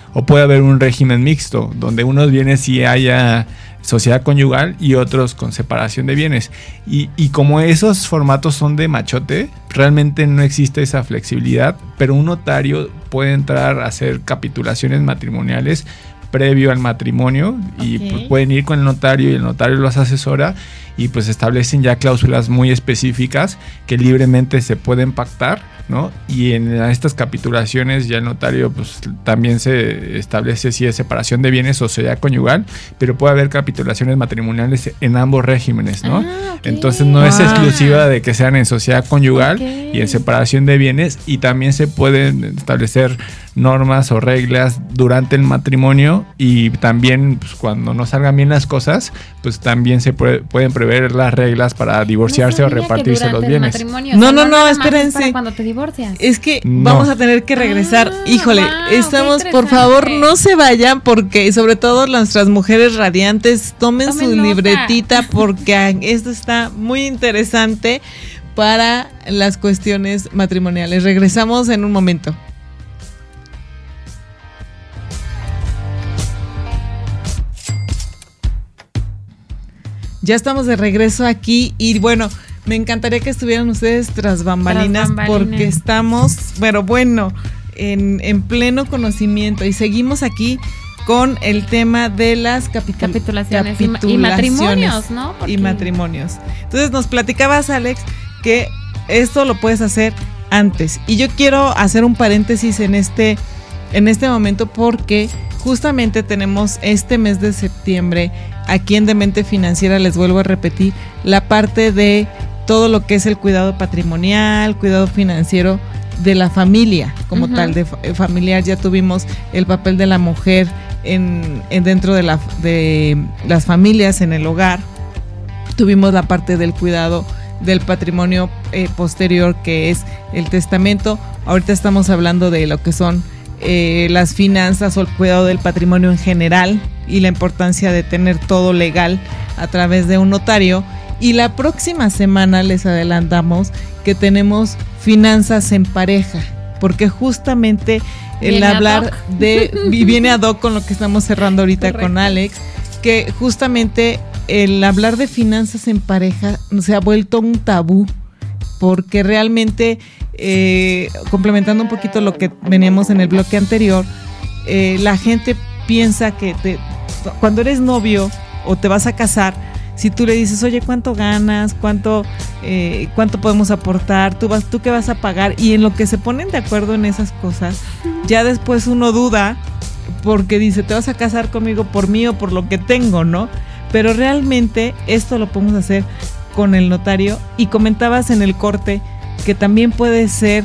O puede haber un régimen mixto, donde unos bienes sí haya sociedad conyugal y otros con separación de bienes. Y, y como esos formatos son de machote, realmente no existe esa flexibilidad, pero un notario puede entrar a hacer capitulaciones matrimoniales previo al matrimonio y okay. pues pueden ir con el notario y el notario los asesora y pues establecen ya cláusulas muy específicas que libremente se pueden pactar, ¿no? Y en estas capitulaciones ya el notario pues también se establece si es separación de bienes o sociedad conyugal, pero puede haber capitulaciones matrimoniales en ambos regímenes, ¿no? Ah, okay. Entonces no es Ah. exclusiva de que sean en sociedad conyugal Okay. y en separación de bienes, y también se pueden establecer normas o reglas durante el matrimonio, y también pues, cuando no salgan bien las cosas, pues también se puede, pueden prever las reglas para divorciarse No o sabía que repartirse los durante el bienes. matrimonio, No, o sea, no, no, nada más es espérense. para cuando te divorcias. Es que No. vamos a tener que regresar. Ah, Híjole, wow, estamos, qué por favor, interesante. no se vayan, porque sobre todo nuestras mujeres radiantes, tomen, Tomen su nota. libretita, porque esto está muy interesante para las cuestiones matrimoniales. Regresamos en un momento. Ya estamos de regreso aquí y bueno, me encantaría que estuvieran ustedes tras bambalinas, Tras bambalinas. porque estamos, pero bueno, en, en pleno conocimiento y seguimos aquí con el tema de las capitul- Capitulaciones y ma- y capitulaciones matrimonios, ¿no? Porque- Y matrimonios. Entonces nos platicabas, Alex, que esto lo puedes hacer antes. Y yo quiero hacer un paréntesis en este, en este momento, porque justamente tenemos este mes de septiembre aquí en Demente Financiera, les vuelvo a repetir, la parte de todo lo que es el cuidado patrimonial, cuidado financiero de la familia como Ujú. tal, de fa- familiar. Ya tuvimos el papel de la mujer en, en dentro de, la, de las familias, en el hogar. Tuvimos la parte del cuidado del patrimonio eh, posterior, que es el testamento. Ahorita estamos hablando de lo que son eh, las finanzas o el cuidado del patrimonio en general y la importancia de tener todo legal a través de un notario. Y la próxima semana les adelantamos que tenemos finanzas en pareja, porque justamente el Viene ad hablar hoc. de y viene ad hoc con lo que estamos cerrando ahorita Correcto. con Alex, que justamente el hablar de finanzas en pareja se ha vuelto un tabú, porque realmente, eh, complementando un poquito lo que veníamos en el bloque anterior, eh, la gente piensa que te, cuando eres novio o te vas a casar, si tú le dices, oye, ¿cuánto ganas? ¿Cuánto, eh, cuánto podemos aportar? ¿Tú, vas, ¿Tú qué vas a pagar? Y en lo que se ponen de acuerdo en esas cosas, ya después uno duda, porque dice, te vas a casar conmigo por mí o por lo que tengo, ¿no? Pero realmente esto lo podemos hacer con el notario. Y comentabas en el corte que también puede ser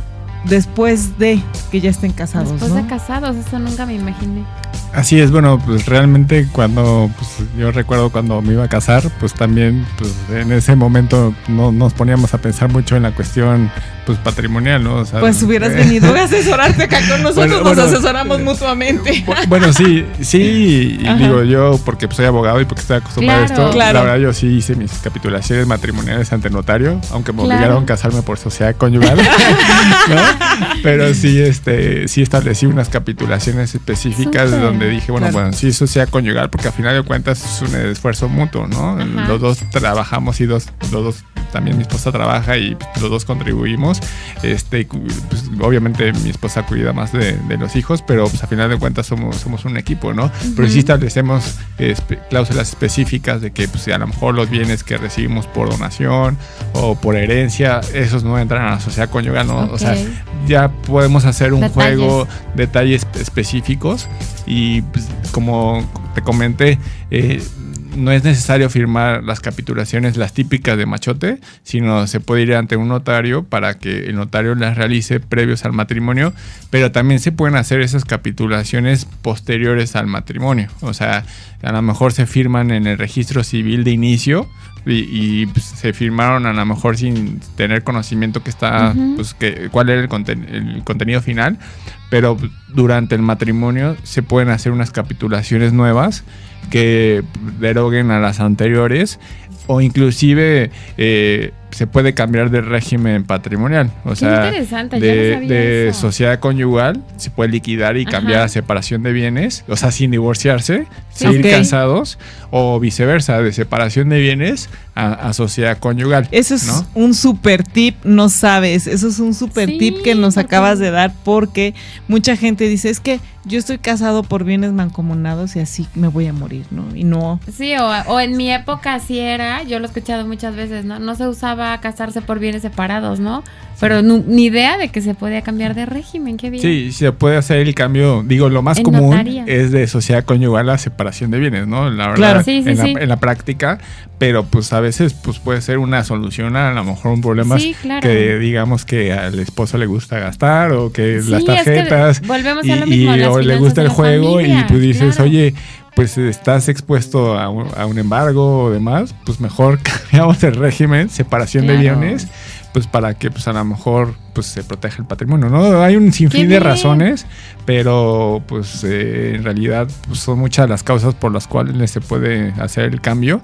después de que ya estén casados, Después ¿no? de casados, eso nunca me imaginé. Así es, bueno, pues realmente cuando, pues yo recuerdo cuando me iba a casar, pues también, pues en ese momento no nos poníamos a pensar mucho en la cuestión, pues patrimonial, ¿no? O sea, Pues hubieras eh, venido a asesorarte acá con nosotros, Bueno, nos bueno, asesoramos eh, mutuamente. bu- Bueno, sí, sí, y Ajá. digo yo, porque pues, soy abogado y porque estoy acostumbrado Claro. a esto, Claro. la verdad yo sí hice mis capitulaciones matrimoniales ante notario, aunque me Claro. obligaron a casarme por sociedad conyugal, ¿no? Pero sí, este, sí establecí unas capitulaciones específicas Súper. donde dije, bueno, Claro. bueno, sí, sociedad conyugal, porque al final de cuentas es un esfuerzo mutuo, ¿no? Ajá. Los dos trabajamos y dos, los dos, también mi esposa trabaja y los dos contribuimos, este, y, pues, obviamente mi esposa cuida más de, de los hijos, pero pues a final de cuentas somos, somos un equipo, ¿no? Pero sí establecemos espe- cláusulas específicas de que pues, a lo mejor los bienes que recibimos por donación o por herencia, esos no entran a la sociedad conyugal, ¿no? O sea, Ok. ya podemos hacer un Detalles. juego, detalles específicos y pues, como te comenté, eh, no es necesario firmar las capitulaciones, las típicas de machote, sino se puede ir ante un notario para que el notario las realice previos al matrimonio, pero también se pueden hacer esas capitulaciones posteriores al matrimonio. O sea, a lo mejor se firman en el registro civil de inicio y, y, pues, se firmaron a lo mejor sin tener conocimiento que está, Ujú. pues, que, cuál era el, conten- el contenido final, pero durante el matrimonio se pueden hacer unas capitulaciones nuevas que deroguen a las anteriores, o inclusive eh, se puede cambiar de régimen patrimonial, o Qué sea, interesante, de, yo no sabía de eso. sociedad conyugal se puede liquidar y Ajá. cambiar a separación de bienes, o sea, sin divorciarse, Sí. seguir Ok. casados, o viceversa, de separación de bienes a, a sociedad conyugal. Eso es ¿no? un super tip, no sabes, eso es un super Sí, tip que nos porque- acabas de dar porque mucha gente dice, es que yo estoy casado por bienes mancomunados y así me voy a morir, ¿no? Y no. Sí, o, o en mi época así era, yo lo he escuchado muchas veces, ¿no? No se usaba casarse por bienes separados, ¿no? Pero nu- ni idea de que se podía cambiar de régimen, qué bien. Sí, se puede hacer el cambio, digo, lo más En común notaría. es de sociedad conyugal a separación de bienes, ¿no? La verdad, Claro. Sí, sí, en, la, sí. en la práctica, pero pues a veces pues puede ser una solución a, a lo mejor un problema Sí, claro. que digamos que al esposo le gusta gastar o que Sí, las es que tarjetas volvemos y, a lo mismo, y- las o le finanzas gusta de el la juego familia, y pues dices, claro. oye, pues estás expuesto a un, a un embargo o demás, pues mejor cambiamos el régimen, separación de Claro. bienes, pues para que pues a lo mejor pues se proteja el patrimonio, ¿no? Hay un sinfín Qué de bien. razones, pero pues eh, en realidad pues, son muchas las causas por las cuales se puede hacer el cambio,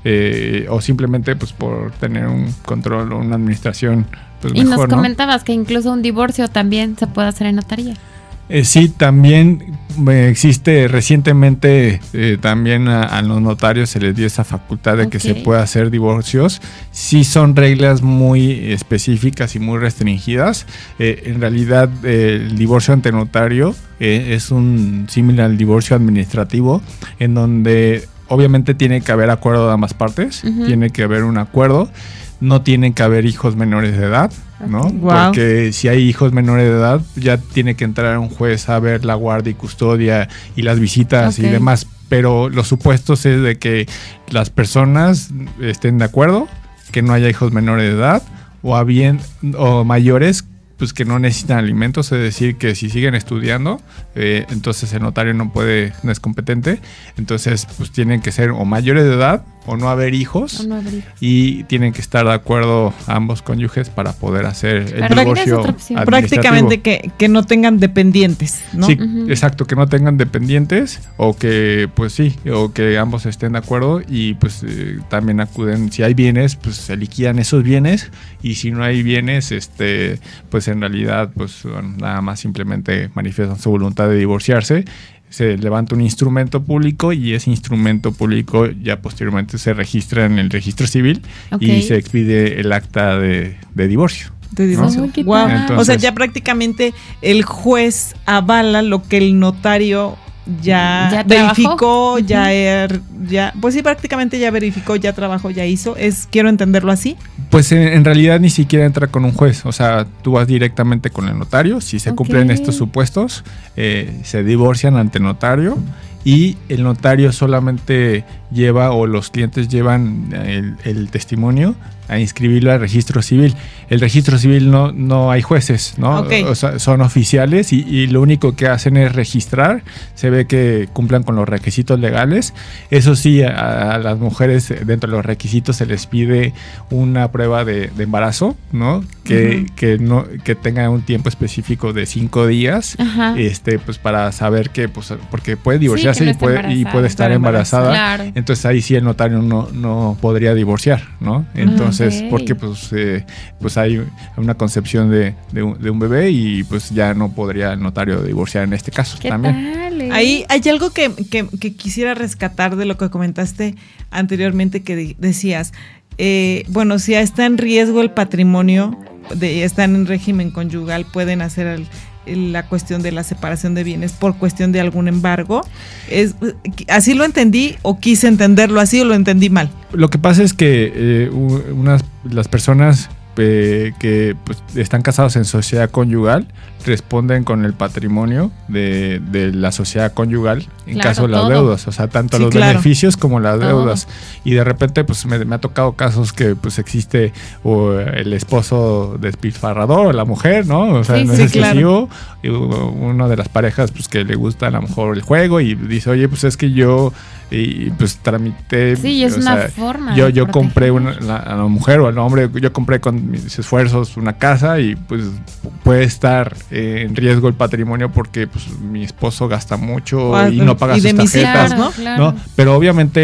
eh, o simplemente pues por tener un control o una administración pues Y mejor, nos ¿no? comentabas que incluso un divorcio también se puede hacer en notaría. Eh, sí, también eh, existe recientemente, eh, también a, a los notarios se les dio esa facultad de que Ok. se pueda hacer divorcios. Sí son reglas muy específicas y muy restringidas. Eh, en realidad eh, el divorcio ante notario eh, es un similar al divorcio administrativo, en donde obviamente tiene que haber acuerdo de ambas partes, Ujú. tiene que haber un acuerdo, no tienen que haber hijos menores de edad, ¿no? Ok. Guau. Porque si hay hijos menores de edad, ya tiene que entrar un juez a ver la guardia y custodia y las visitas Ok. y demás. Pero los supuestos es de que las personas estén de acuerdo, que no haya hijos menores de edad o, a bien, o mayores pues que no necesitan alimentos, es decir, que si siguen estudiando, eh, entonces el notario no puede, no es competente, entonces pues tienen que ser o mayores de edad o no haber hijos. ¿O no habría? Y tienen que estar de acuerdo ambos cónyuges para poder hacer el Pero divorcio tienes otra opción. administrativo. Prácticamente que, que no tengan dependientes, ¿no? Sí, Ujú. exacto, que no tengan dependientes o que, pues sí, o que ambos estén de acuerdo y pues eh, también acuden, si hay bienes, pues se liquidan esos bienes y si no hay bienes, este, pues en realidad, pues bueno, nada más simplemente manifiestan su voluntad de divorciarse. Se levanta un instrumento público y ese instrumento público ya posteriormente se registra en el registro civil Ok. y se expide el acta de, de divorcio. De divorcio. Ay, ¿qué Guau. tal? Entonces- O sea, ya prácticamente el juez avala lo que el notario ya, Ya trabajó. verificó, ya, Ujú. er- ya, pues sí, prácticamente ya verificó, ya trabajó, ya hizo. Es, quiero entenderlo así. Pues en, en realidad ni siquiera entra con un juez, o sea, tú vas directamente con el notario, si se Ok. cumplen estos supuestos, eh, se divorcian ante notario y el notario solamente lleva o los clientes llevan el, el testimonio a inscribirlo al registro civil. El registro civil no, no hay jueces, ¿no? Ok. O sea, son oficiales y, y lo único que hacen es registrar, se ve que cumplan con los requisitos legales. Eso sí, a, a las mujeres eh, dentro de los requisitos se les pide una prueba de, de embarazo, ¿no? Que, Ujú. que no que tenga un tiempo específico de cinco días, Ajá. este, pues para saber que, pues, porque puede divorciarse no y esté puede y embarazada. puede estar Estar embarazada. Claro. Entonces ahí sí el notario no, no podría divorciar, ¿no? Entonces, Ok. porque pues, eh, pues hay una concepción de, de, un, de un bebé y pues ya no podría el notario divorciar en este caso ¿Qué también. tal? eh? Ahí hay algo que, que- que quisiera rescatar de lo que comentaste anteriormente que de- decías. Eh, bueno, si está en riesgo el patrimonio, de, están en régimen conyugal, pueden hacer el- el- la cuestión de la separación de bienes por cuestión de algún embargo. Es, ¿así lo entendí o quise entenderlo así o lo entendí mal? Lo que pasa es que eh, u- unas las personas eh, que pues, están casados en sociedad conyugal responden con el patrimonio de, de la sociedad conyugal en Claro, caso de las todo. deudas, o sea, tanto Sí, los claro. beneficios como las Todo. deudas. Y de repente pues me, me ha tocado casos que pues existe o el esposo despilfarrador o la mujer, ¿no? O sea, Sí, no sí, es claro. excesivo. Y una de las parejas pues que le gusta a lo mejor el juego y dice, oye, pues es que yo y pues tramité. Sí, es o una sea, forma. yo, de yo compré proteger. una, la- a la mujer o al hombre, yo compré con mis esfuerzos una casa y pues puede estar eh, en riesgo el patrimonio porque pues mi esposo gasta mucho O- y no paga y sus de mis tarjetas, Claro, ¿no? claro. ¿no? Pero obviamente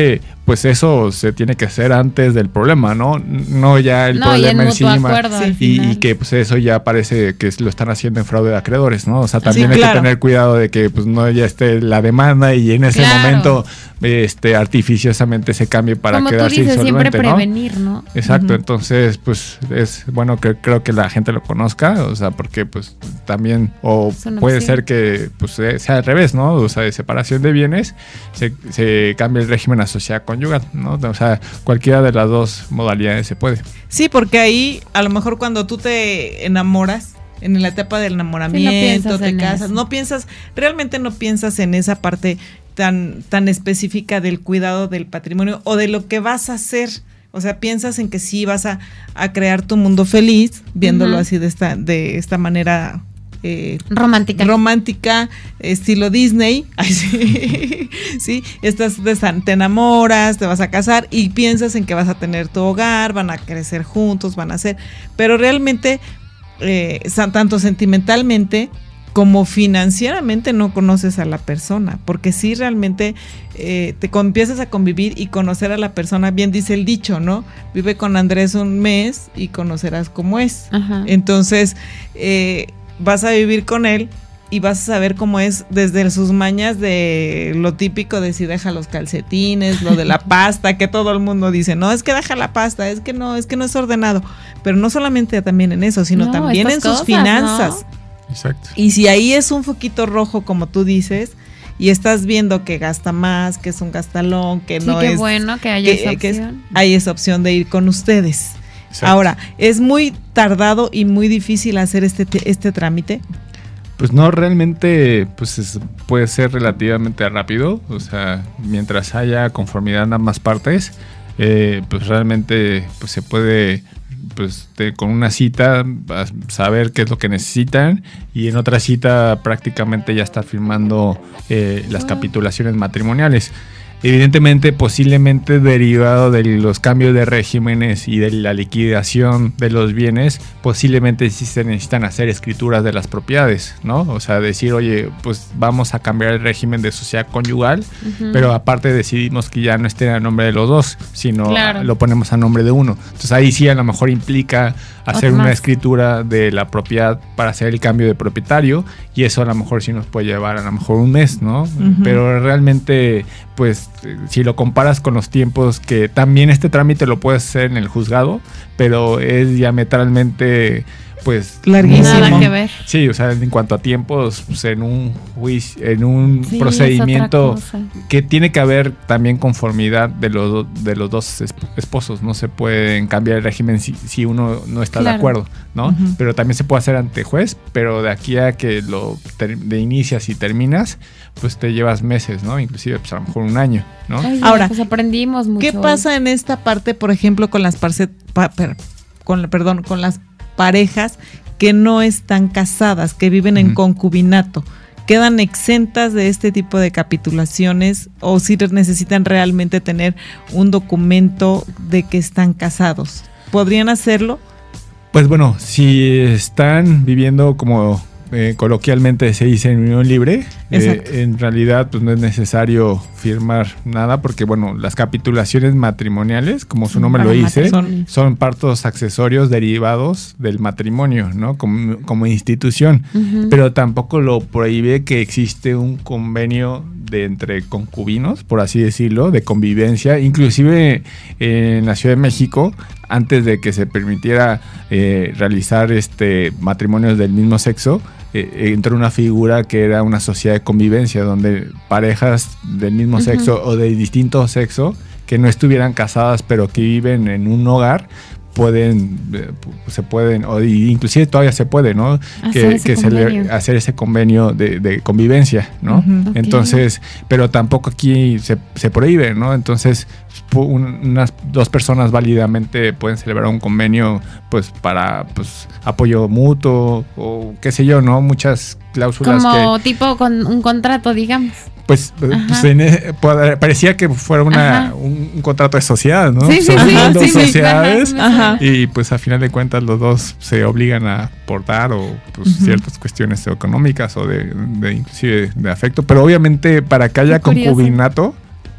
pues eso se tiene que hacer antes del problema, ¿no? No ya el no, problema y en encima. Acuerdo, sí, y, y que pues eso ya parece que lo están haciendo en fraude de acreedores, ¿no? O sea, también Sí, hay claro. que tener cuidado de que pues no ya esté la demanda y en ese Claro. momento este artificiosamente se cambie para como tú quedarse dices, siempre insolvente, ¿no? prevenir, ¿no? Exacto, Ujú. entonces pues es bueno que creo que la gente lo conozca, o sea, porque pues también o Es una puede opción. ser que pues eh, sea al revés, ¿no? O sea, de separación de bienes se, se cambia el régimen a sociedad conyugal, ¿no? O sea, cualquiera de las dos modalidades se puede. Sí, porque ahí a lo mejor cuando tú te enamoras, en la etapa del enamoramiento, piensas te en casas, eso. no piensas, realmente no piensas en esa parte tan, tan específica del cuidado del patrimonio o de lo que vas a hacer. O sea, piensas en que sí vas a, a crear tu mundo feliz, viéndolo Ujú. así de esta, de esta manera eh, Romántica. romántica, estilo Disney. Ay, sí. Sí, estás de san- te enamoras, te vas a casar y piensas en que vas a tener tu hogar, van a crecer juntos, van a ser, pero realmente eh, sa- tanto sentimentalmente como financieramente no conoces a la persona, porque sí realmente eh, te con- empiezas a convivir y conocer a la persona, bien dice el dicho, ¿no? Vive con Andrés un mes y conocerás cómo es. Ajá. Entonces, eh, vas a vivir con él y vas a saber cómo es desde sus mañas de lo típico de si deja los calcetines, lo de la pasta, que todo el mundo dice, no, es que deja la pasta, es que no, es que no es ordenado. Pero no solamente también en eso, sino No, también en estas sus cosas, finanzas. Exacto. Y si ahí es un foquito rojo, como tú dices, y estás viendo que gasta más, que es un gastalón, que Sí, no qué es... bueno que haya que- esa que es- opción. hay esa opción de ir con ustedes. Exacto. Ahora, ¿es muy tardado y muy difícil hacer este, te- este trámite? Pues no, realmente pues es- puede ser relativamente rápido, o sea, mientras haya conformidad en ambas partes, eh, pues realmente pues se puede, pues de- con una cita a saber qué es lo que necesitan y en otra cita prácticamente ya estar firmando eh, las capitulaciones matrimoniales. Evidentemente, posiblemente derivado de los cambios de regímenes y de la liquidación de los bienes, posiblemente sí se necesitan hacer escrituras de las propiedades, ¿no? O sea, decir, oye, pues vamos a cambiar el régimen de sociedad conyugal, Ujú. pero aparte decidimos que ya no esté a nombre de los dos, sino Claro. lo ponemos a nombre de uno. Entonces ahí sí a lo mejor implica hacer Otro una más. escritura de la propiedad para hacer el cambio de propietario y eso a lo mejor sí nos puede llevar a lo mejor un mes, ¿no? Ujú. Pero realmente, pues eh, si lo comparas con los tiempos que también este trámite lo puedes hacer en el juzgado, pero es diametralmente pues Larguísimo. Nada que ver. Sí, o sea, en cuanto a tiempos, pues, en un juicio, en un Sí, procedimiento es otra cosa. que tiene que haber también conformidad de los, do- de los dos esp- esposos. No se pueden cambiar el régimen si, si uno no está Claro. de acuerdo, ¿no? Ujú. Pero también se puede hacer ante juez, pero de aquí a que lo ter- de inicias y terminas, pues te llevas meses, ¿no? Inclusive, pues a lo mejor un año, ¿no? Ay, Ahora, pues aprendimos mucho. ¿Qué pasa en esta parte, por ejemplo, con las parce- pa- per- con, perdón, con las parejas que no están casadas, que viven en Ujú. concubinato? ¿Quedan exentas de este tipo de capitulaciones o si necesitan realmente tener un documento de que están casados? ¿Podrían hacerlo? Pues bueno, si están viviendo como eh, coloquialmente se dice en unión libre, Exacto. eh, en realidad pues no es necesario firmar nada porque bueno, las capitulaciones matrimoniales, como su nombre Para lo dice, matrimonio. son partos accesorios derivados del matrimonio, ¿no? Como, como institución. Ujú. Pero tampoco lo prohíbe que existe un convenio de entre concubinos, por así decirlo, de convivencia. Inclusive eh, en la Ciudad de México, antes de que se permitiera eh, realizar este matrimonios del mismo sexo, eh, entró una figura que era una sociedad de convivencia, donde parejas del mismo Ujú. sexo o de distinto sexo, que no estuvieran casadas, pero que viven en un hogar, pueden, eh, se pueden, o inclusive todavía se puede, ¿no? Hacer Que, ese que se le, convenio. hacer ese convenio de, de convivencia, ¿no? Ujú. Ok. Entonces, pero tampoco aquí se, se prohíbe, ¿no? Entonces, pu- un- unas dos personas válidamente pueden celebrar un convenio, pues, para, pues, apoyo mutuo o qué sé yo, ¿no? Muchas cláusulas Como que, tipo con un contrato, digamos. pues, pues Ajá. en e- puede- parecía que fuera una, Ajá. un, un contrato de sociedad, ¿no? Sí, sí, Son sí, dos sí, sí, sociedades. ajá, me Ajá. suena. Y pues a final de cuentas los dos se obligan a aportar o pues Ujú. ciertas cuestiones económicas o de, de inclusive de afecto. Pero obviamente para que haya Qué curioso. concubinato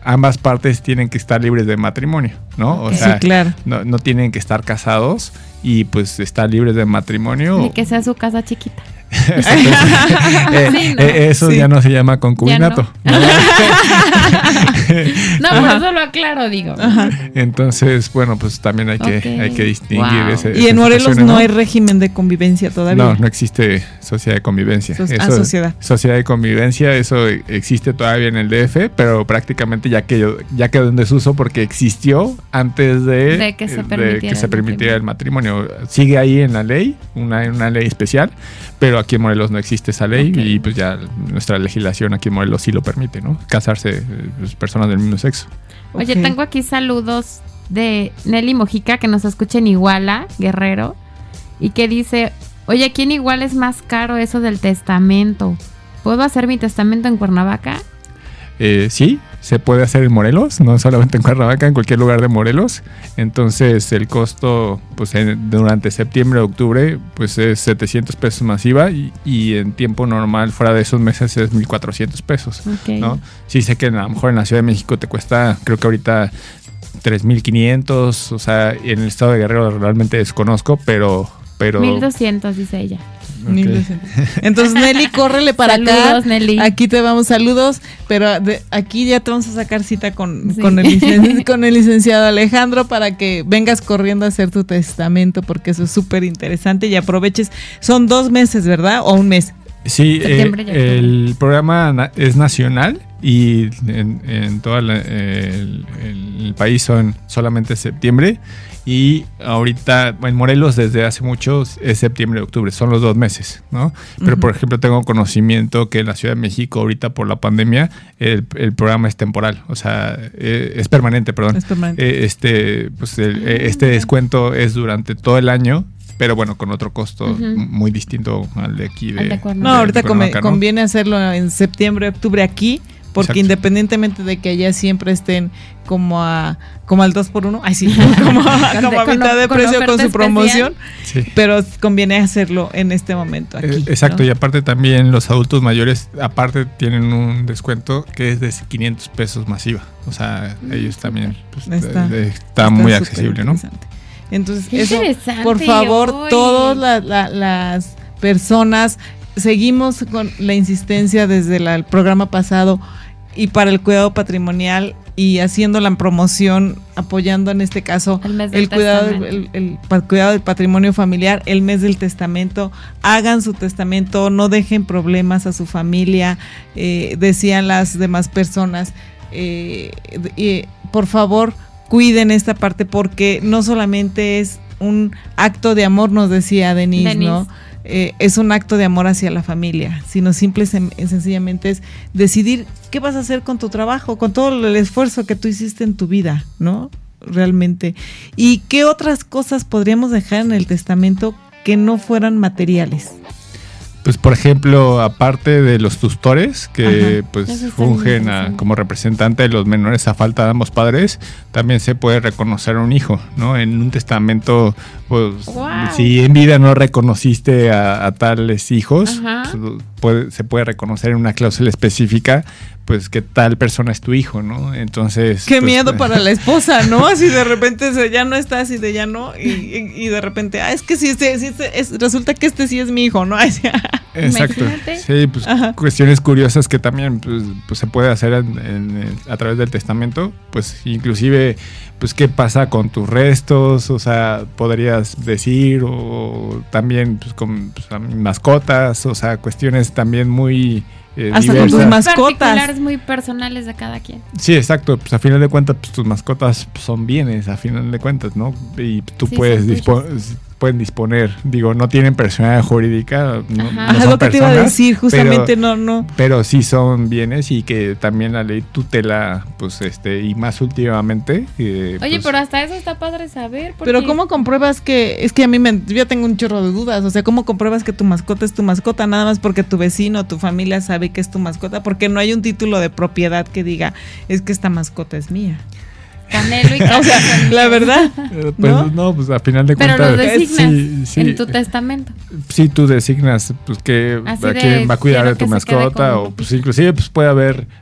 ambas partes tienen que estar libres de matrimonio, ¿no? Okay. O sea, sí, claro. no, no tienen que estar casados y pues estar libres de matrimonio. Ni que sea su casa chiquita. eh, Sí, ¿no? eh, eso Sí. ya no se llama concubinato. Ya ¿no? No, por eso lo aclaro, digo. Ajá. Entonces, bueno, pues también hay que, Ok. hay que distinguir Wow. ese. Y en esas Morelos situaciones, no hay régimen de convivencia todavía. No, no existe sociedad de convivencia. So- ah, Eso- sociedad. Sociedad de convivencia, eso existe todavía en el D F, pero prácticamente ya quedó, ya quedó en desuso porque existió antes de, De que se eh, permitiera que se el permitiera el matrimonio. Sigue ahí en la ley, una, una ley especial, pero aquí en Morelos no existe esa ley Ok. y pues ya nuestra legislación aquí en Morelos sí lo permite, ¿no? Casarse eh, pues, personas del mismo sexo. Oye, Ok. tengo aquí saludos de Nelly Mojica, que nos escucha en Iguala, Guerrero, y que dice, oye, aquí en Iguala es más caro eso del testamento. ¿Puedo hacer mi testamento en Cuernavaca? Eh, sí, se puede hacer en Morelos, no solamente en Cuernavaca, en cualquier lugar de Morelos. Entonces el costo, pues en- durante septiembre, octubre, pues es setecientos pesos más I V A y, y en tiempo normal, fuera de esos meses, es mil cuatrocientos pesos. Ok. ¿No? Sí sé que a lo mejor en la Ciudad de México te cuesta, creo que ahorita tres mil quinientos, o sea, en el estado de Guerrero realmente desconozco, pero... pero mil doscientos, dice ella. Mil ok. doscientos. Entonces, Nelly, córrele para acá. Saludos, Nelly. Aquí te vamos saludos, pero de- aquí ya te vamos a sacar cita con, Sí. con, el, licen- con el licenciado Alejandro para que vengas corriendo a hacer tu testamento, porque eso es súper interesante y aproveches. Son dos meses, ¿verdad? O un mes. Sí, eh, Septiembre y octubre. el programa na- es nacional y en, en todo el, el país son solamente septiembre y ahorita en Morelos desde hace mucho es septiembre y octubre, son los dos meses, ¿no? Pero Ujú. por ejemplo tengo conocimiento que en la Ciudad de México ahorita por la pandemia el, el programa es temporal, o sea, eh, es permanente, perdón. Es permanente. Eh, este, pues el- eh, este descuento es durante todo el año. Pero bueno, con otro costo Ujú. m- muy distinto al de aquí. Al De, de Cuernavaca. No, de ahorita conve- Cuernavaca, ¿no? conviene hacerlo en septiembre, octubre aquí, porque Exacto. independientemente de que allá siempre estén como a como al dos por uno, ay sí, como, a- Con- como a con- mitad de con precio con oferta su promoción, Sí. pero conviene hacerlo en este momento aquí. Eh, Exacto, ¿no? y aparte también los adultos mayores, aparte tienen un descuento que es de quinientos pesos masiva. O sea, Mm, ellos también pues, Está- eh, eh, está, muy súper accesible, ¿no? interesante. Entonces, Qué eso, interesante, por favor, hoy. todas la- la- las personas, seguimos con la insistencia desde la- el programa pasado y para el cuidado patrimonial y haciendo la promoción, apoyando en este caso El mes del el cuidado, del, testamento. el, el pa- cuidado del patrimonio familiar, el mes del testamento. Hagan su testamento, no dejen problemas a su familia, eh, decían las demás personas. eh, eh, por favor, cuiden esta parte porque no solamente es un acto de amor, nos decía Denise, Denise. ¿no? Eh, es un acto de amor hacia la familia, sino simple y sen- sencillamente es decidir qué vas a hacer con tu trabajo, con todo el esfuerzo que tú hiciste en tu vida, ¿no? Realmente. ¿Y qué otras cosas podríamos dejar en el testamento que no fueran materiales? Pues por ejemplo, aparte de los tutores que Ajá. pues Eso está fungen muy a- interesante. como representante de los menores a falta de ambos padres, también se puede reconocer a un hijo, ¿no? En un testamento, pues Wow. si en vida no reconociste a, a tales hijos, Ajá. pues, puede- se puede reconocer en una cláusula específica, pues que tal persona es tu hijo, ¿no? Entonces... Qué pues, miedo para la esposa, ¿no? Así de repente se- ya no está, así de ya no, y, y- y de repente, ah, es que sí, sí, sí, es- resulta que este sí es mi hijo, ¿no? Ay, sí. Exacto. Imagínate. Sí, pues Ajá. cuestiones curiosas que también pues, pues, se puede hacer en- en el- a través del testamento, pues inclusive pues qué pasa con tus restos, o sea, podrías decir, o también pues, con pues, a mis mascotas, o sea, cuestiones también muy eh, Hasta con tus diversas. mas- mascotas. Particulares muy personales de cada quien. Sí, exacto, pues a final de cuentas pues, tus mascotas pues, son bienes, a final de cuentas, ¿no? Y tú Sí, puedes son dispo- pueden disponer, digo, no tienen personalidad jurídica, no, Ajá. no Ajá, son lo que te iba a personas, decir, justamente pero- no, no. pero sí son bienes y que también la ley tutela, pues, este, y más últimamente. eh, Oye, pues, pero hasta eso está padre saber. porque- Pero ¿cómo compruebas que, es que a mí me, yo ya tengo un chorro de dudas, o sea, ¿cómo compruebas que tu mascota es tu mascota? Nada más porque tu vecino o tu familia sabe que es tu mascota, porque no hay un título de propiedad que diga, es que esta mascota es mía. Canelo y O Canelo sea, son la míos. verdad. eh, pues ¿no? ¿no? pues a final de Pero cuentas. los designas sí, sí, en tu testamento. sí, tú designas, pues, que Así a de, quién va a cuidar quiero de tu que se quede mascota, con o Lupita. pues inclusive pues puede haber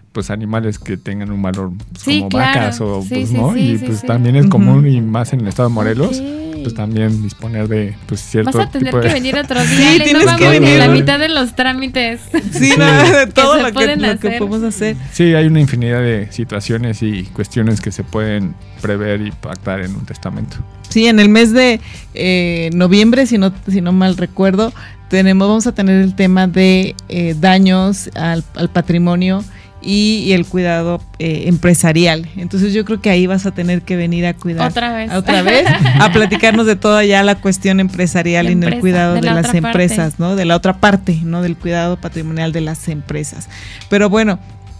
pues animales que tengan un valor pues, sí, como claro. vacas o sí, pues sí, no sí, y sí, pues sí. también es común Uh-huh. y más en el estado de Morelos. Okay. Pues también disponer de pues cierto Vas a tener tipo de... que venir otro día. Sí, Le- tienes no que vamos ni a la venir. mitad de los trámites. Sí, Sí. no, de todo se lo que, pueden lo que hacer. podemos hacer. Sí, hay una infinidad de situaciones y cuestiones que se pueden prever y pactar en un testamento. Sí, en el mes de eh, noviembre, si no, si no mal recuerdo, tenemos, vamos a tener el tema de eh, daños al, al patrimonio y, y el cuidado eh, empresarial. Entonces yo creo que ahí vas a tener que venir a cuidar. Otra vez. Otra vez, a platicarnos de toda ya la cuestión empresarial La y en el empresa, cuidado de de, la las otra empresas, parte. ¿no? De la otra parte, ¿no? Del cuidado patrimonial de las empresas. Pero bueno,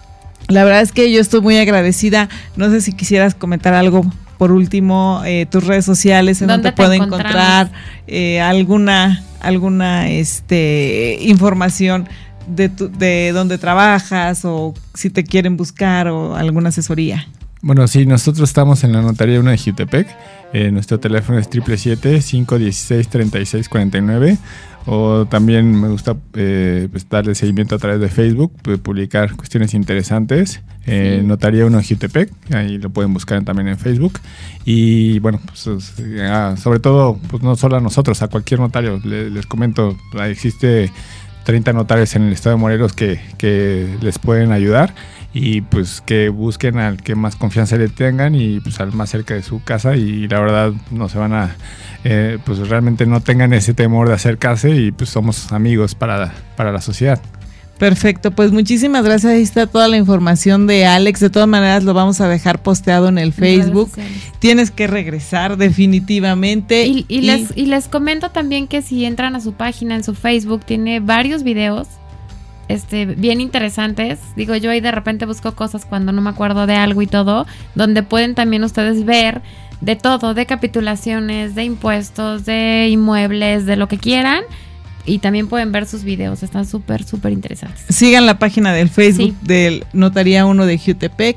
la verdad es que yo estoy muy agradecida. No sé si quisieras comentar algo. Por último, eh, tus redes sociales, en donde ¿Dónde te te puedo encontramos? encontrar eh, alguna alguna este información de tu, de dónde trabajas o si te quieren buscar o alguna asesoría. Bueno, sí, nosotros estamos en la Notaría uno de Jutepec. Eh, nuestro teléfono es siete siete siete, cinco uno seis, tres seis cuatro nueve. O también me gusta eh, pues darle seguimiento a través de Facebook, pues, publicar cuestiones interesantes. Eh, Sí. Notaría uno de Jutepec, ahí lo pueden buscar también en Facebook. Y bueno, pues, ah, sobre todo, pues no solo a nosotros, a cualquier notario. Les, les comento, existe treinta notarios en el estado de Morelos que, que les pueden ayudar. Y pues que busquen al que más confianza le tengan y pues al más cerca de su casa y la verdad no se van a eh, pues realmente no tengan ese temor de acercarse y pues somos amigos para, para la sociedad. Perfecto, pues muchísimas gracias. Ahí está toda la información de Alex. De todas maneras lo vamos a dejar posteado en el Facebook. Tienes que regresar definitivamente. Y, y, y les, y les comento también que si entran a su página en su Facebook, tiene varios videos este, bien interesantes. Digo, yo ahí de repente busco cosas cuando no me acuerdo de algo y todo, donde pueden también ustedes ver de todo, de capitulaciones, de impuestos, de inmuebles, de lo que quieran. Y también pueden ver sus videos, están súper, súper interesantes. Sigan la página del Facebook Sí. del Notaría uno de Jutepec.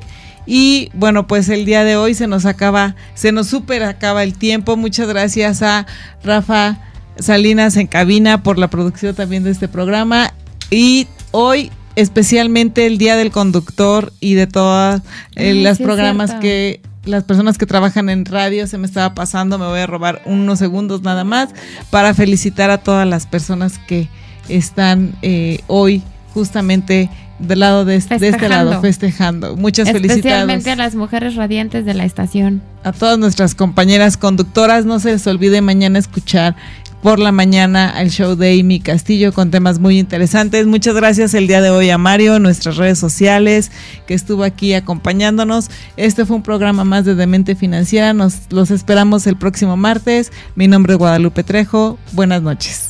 Y bueno, pues el día de hoy se nos acaba, se nos súper acaba el tiempo. Muchas gracias a Rafa Salinas en cabina por la producción también de este programa. Y hoy, especialmente el Día del Conductor y de todos eh, Ay, los sí es programas cierto. que las personas que trabajan en radio, se me estaba pasando, me voy a robar unos segundos nada más para felicitar a todas las personas que están eh, hoy justamente del lado de, este- de este Festejando. lado, festejando. Muchas Especialmente felicidades a las mujeres radiantes de la estación. a todas nuestras compañeras conductoras. No se les olvide mañana escuchar por la mañana el show de Amy Castillo con temas muy interesantes. Muchas gracias el día de hoy a Mario en nuestras redes sociales que estuvo aquí acompañándonos. Este fue un programa más de Demente Financiera. Nos los esperamos el próximo martes. Mi nombre es Guadalupe Trejo. Buenas noches.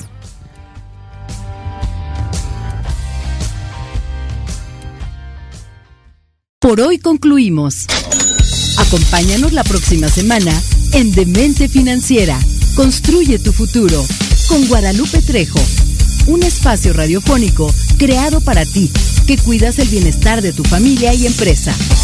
Por hoy concluimos. Acompáñanos la próxima semana en Demente Financiera. Construye tu futuro con Guadalupe Trejo. Un espacio radiofónico creado para ti, que cuidas el bienestar de tu familia y empresa.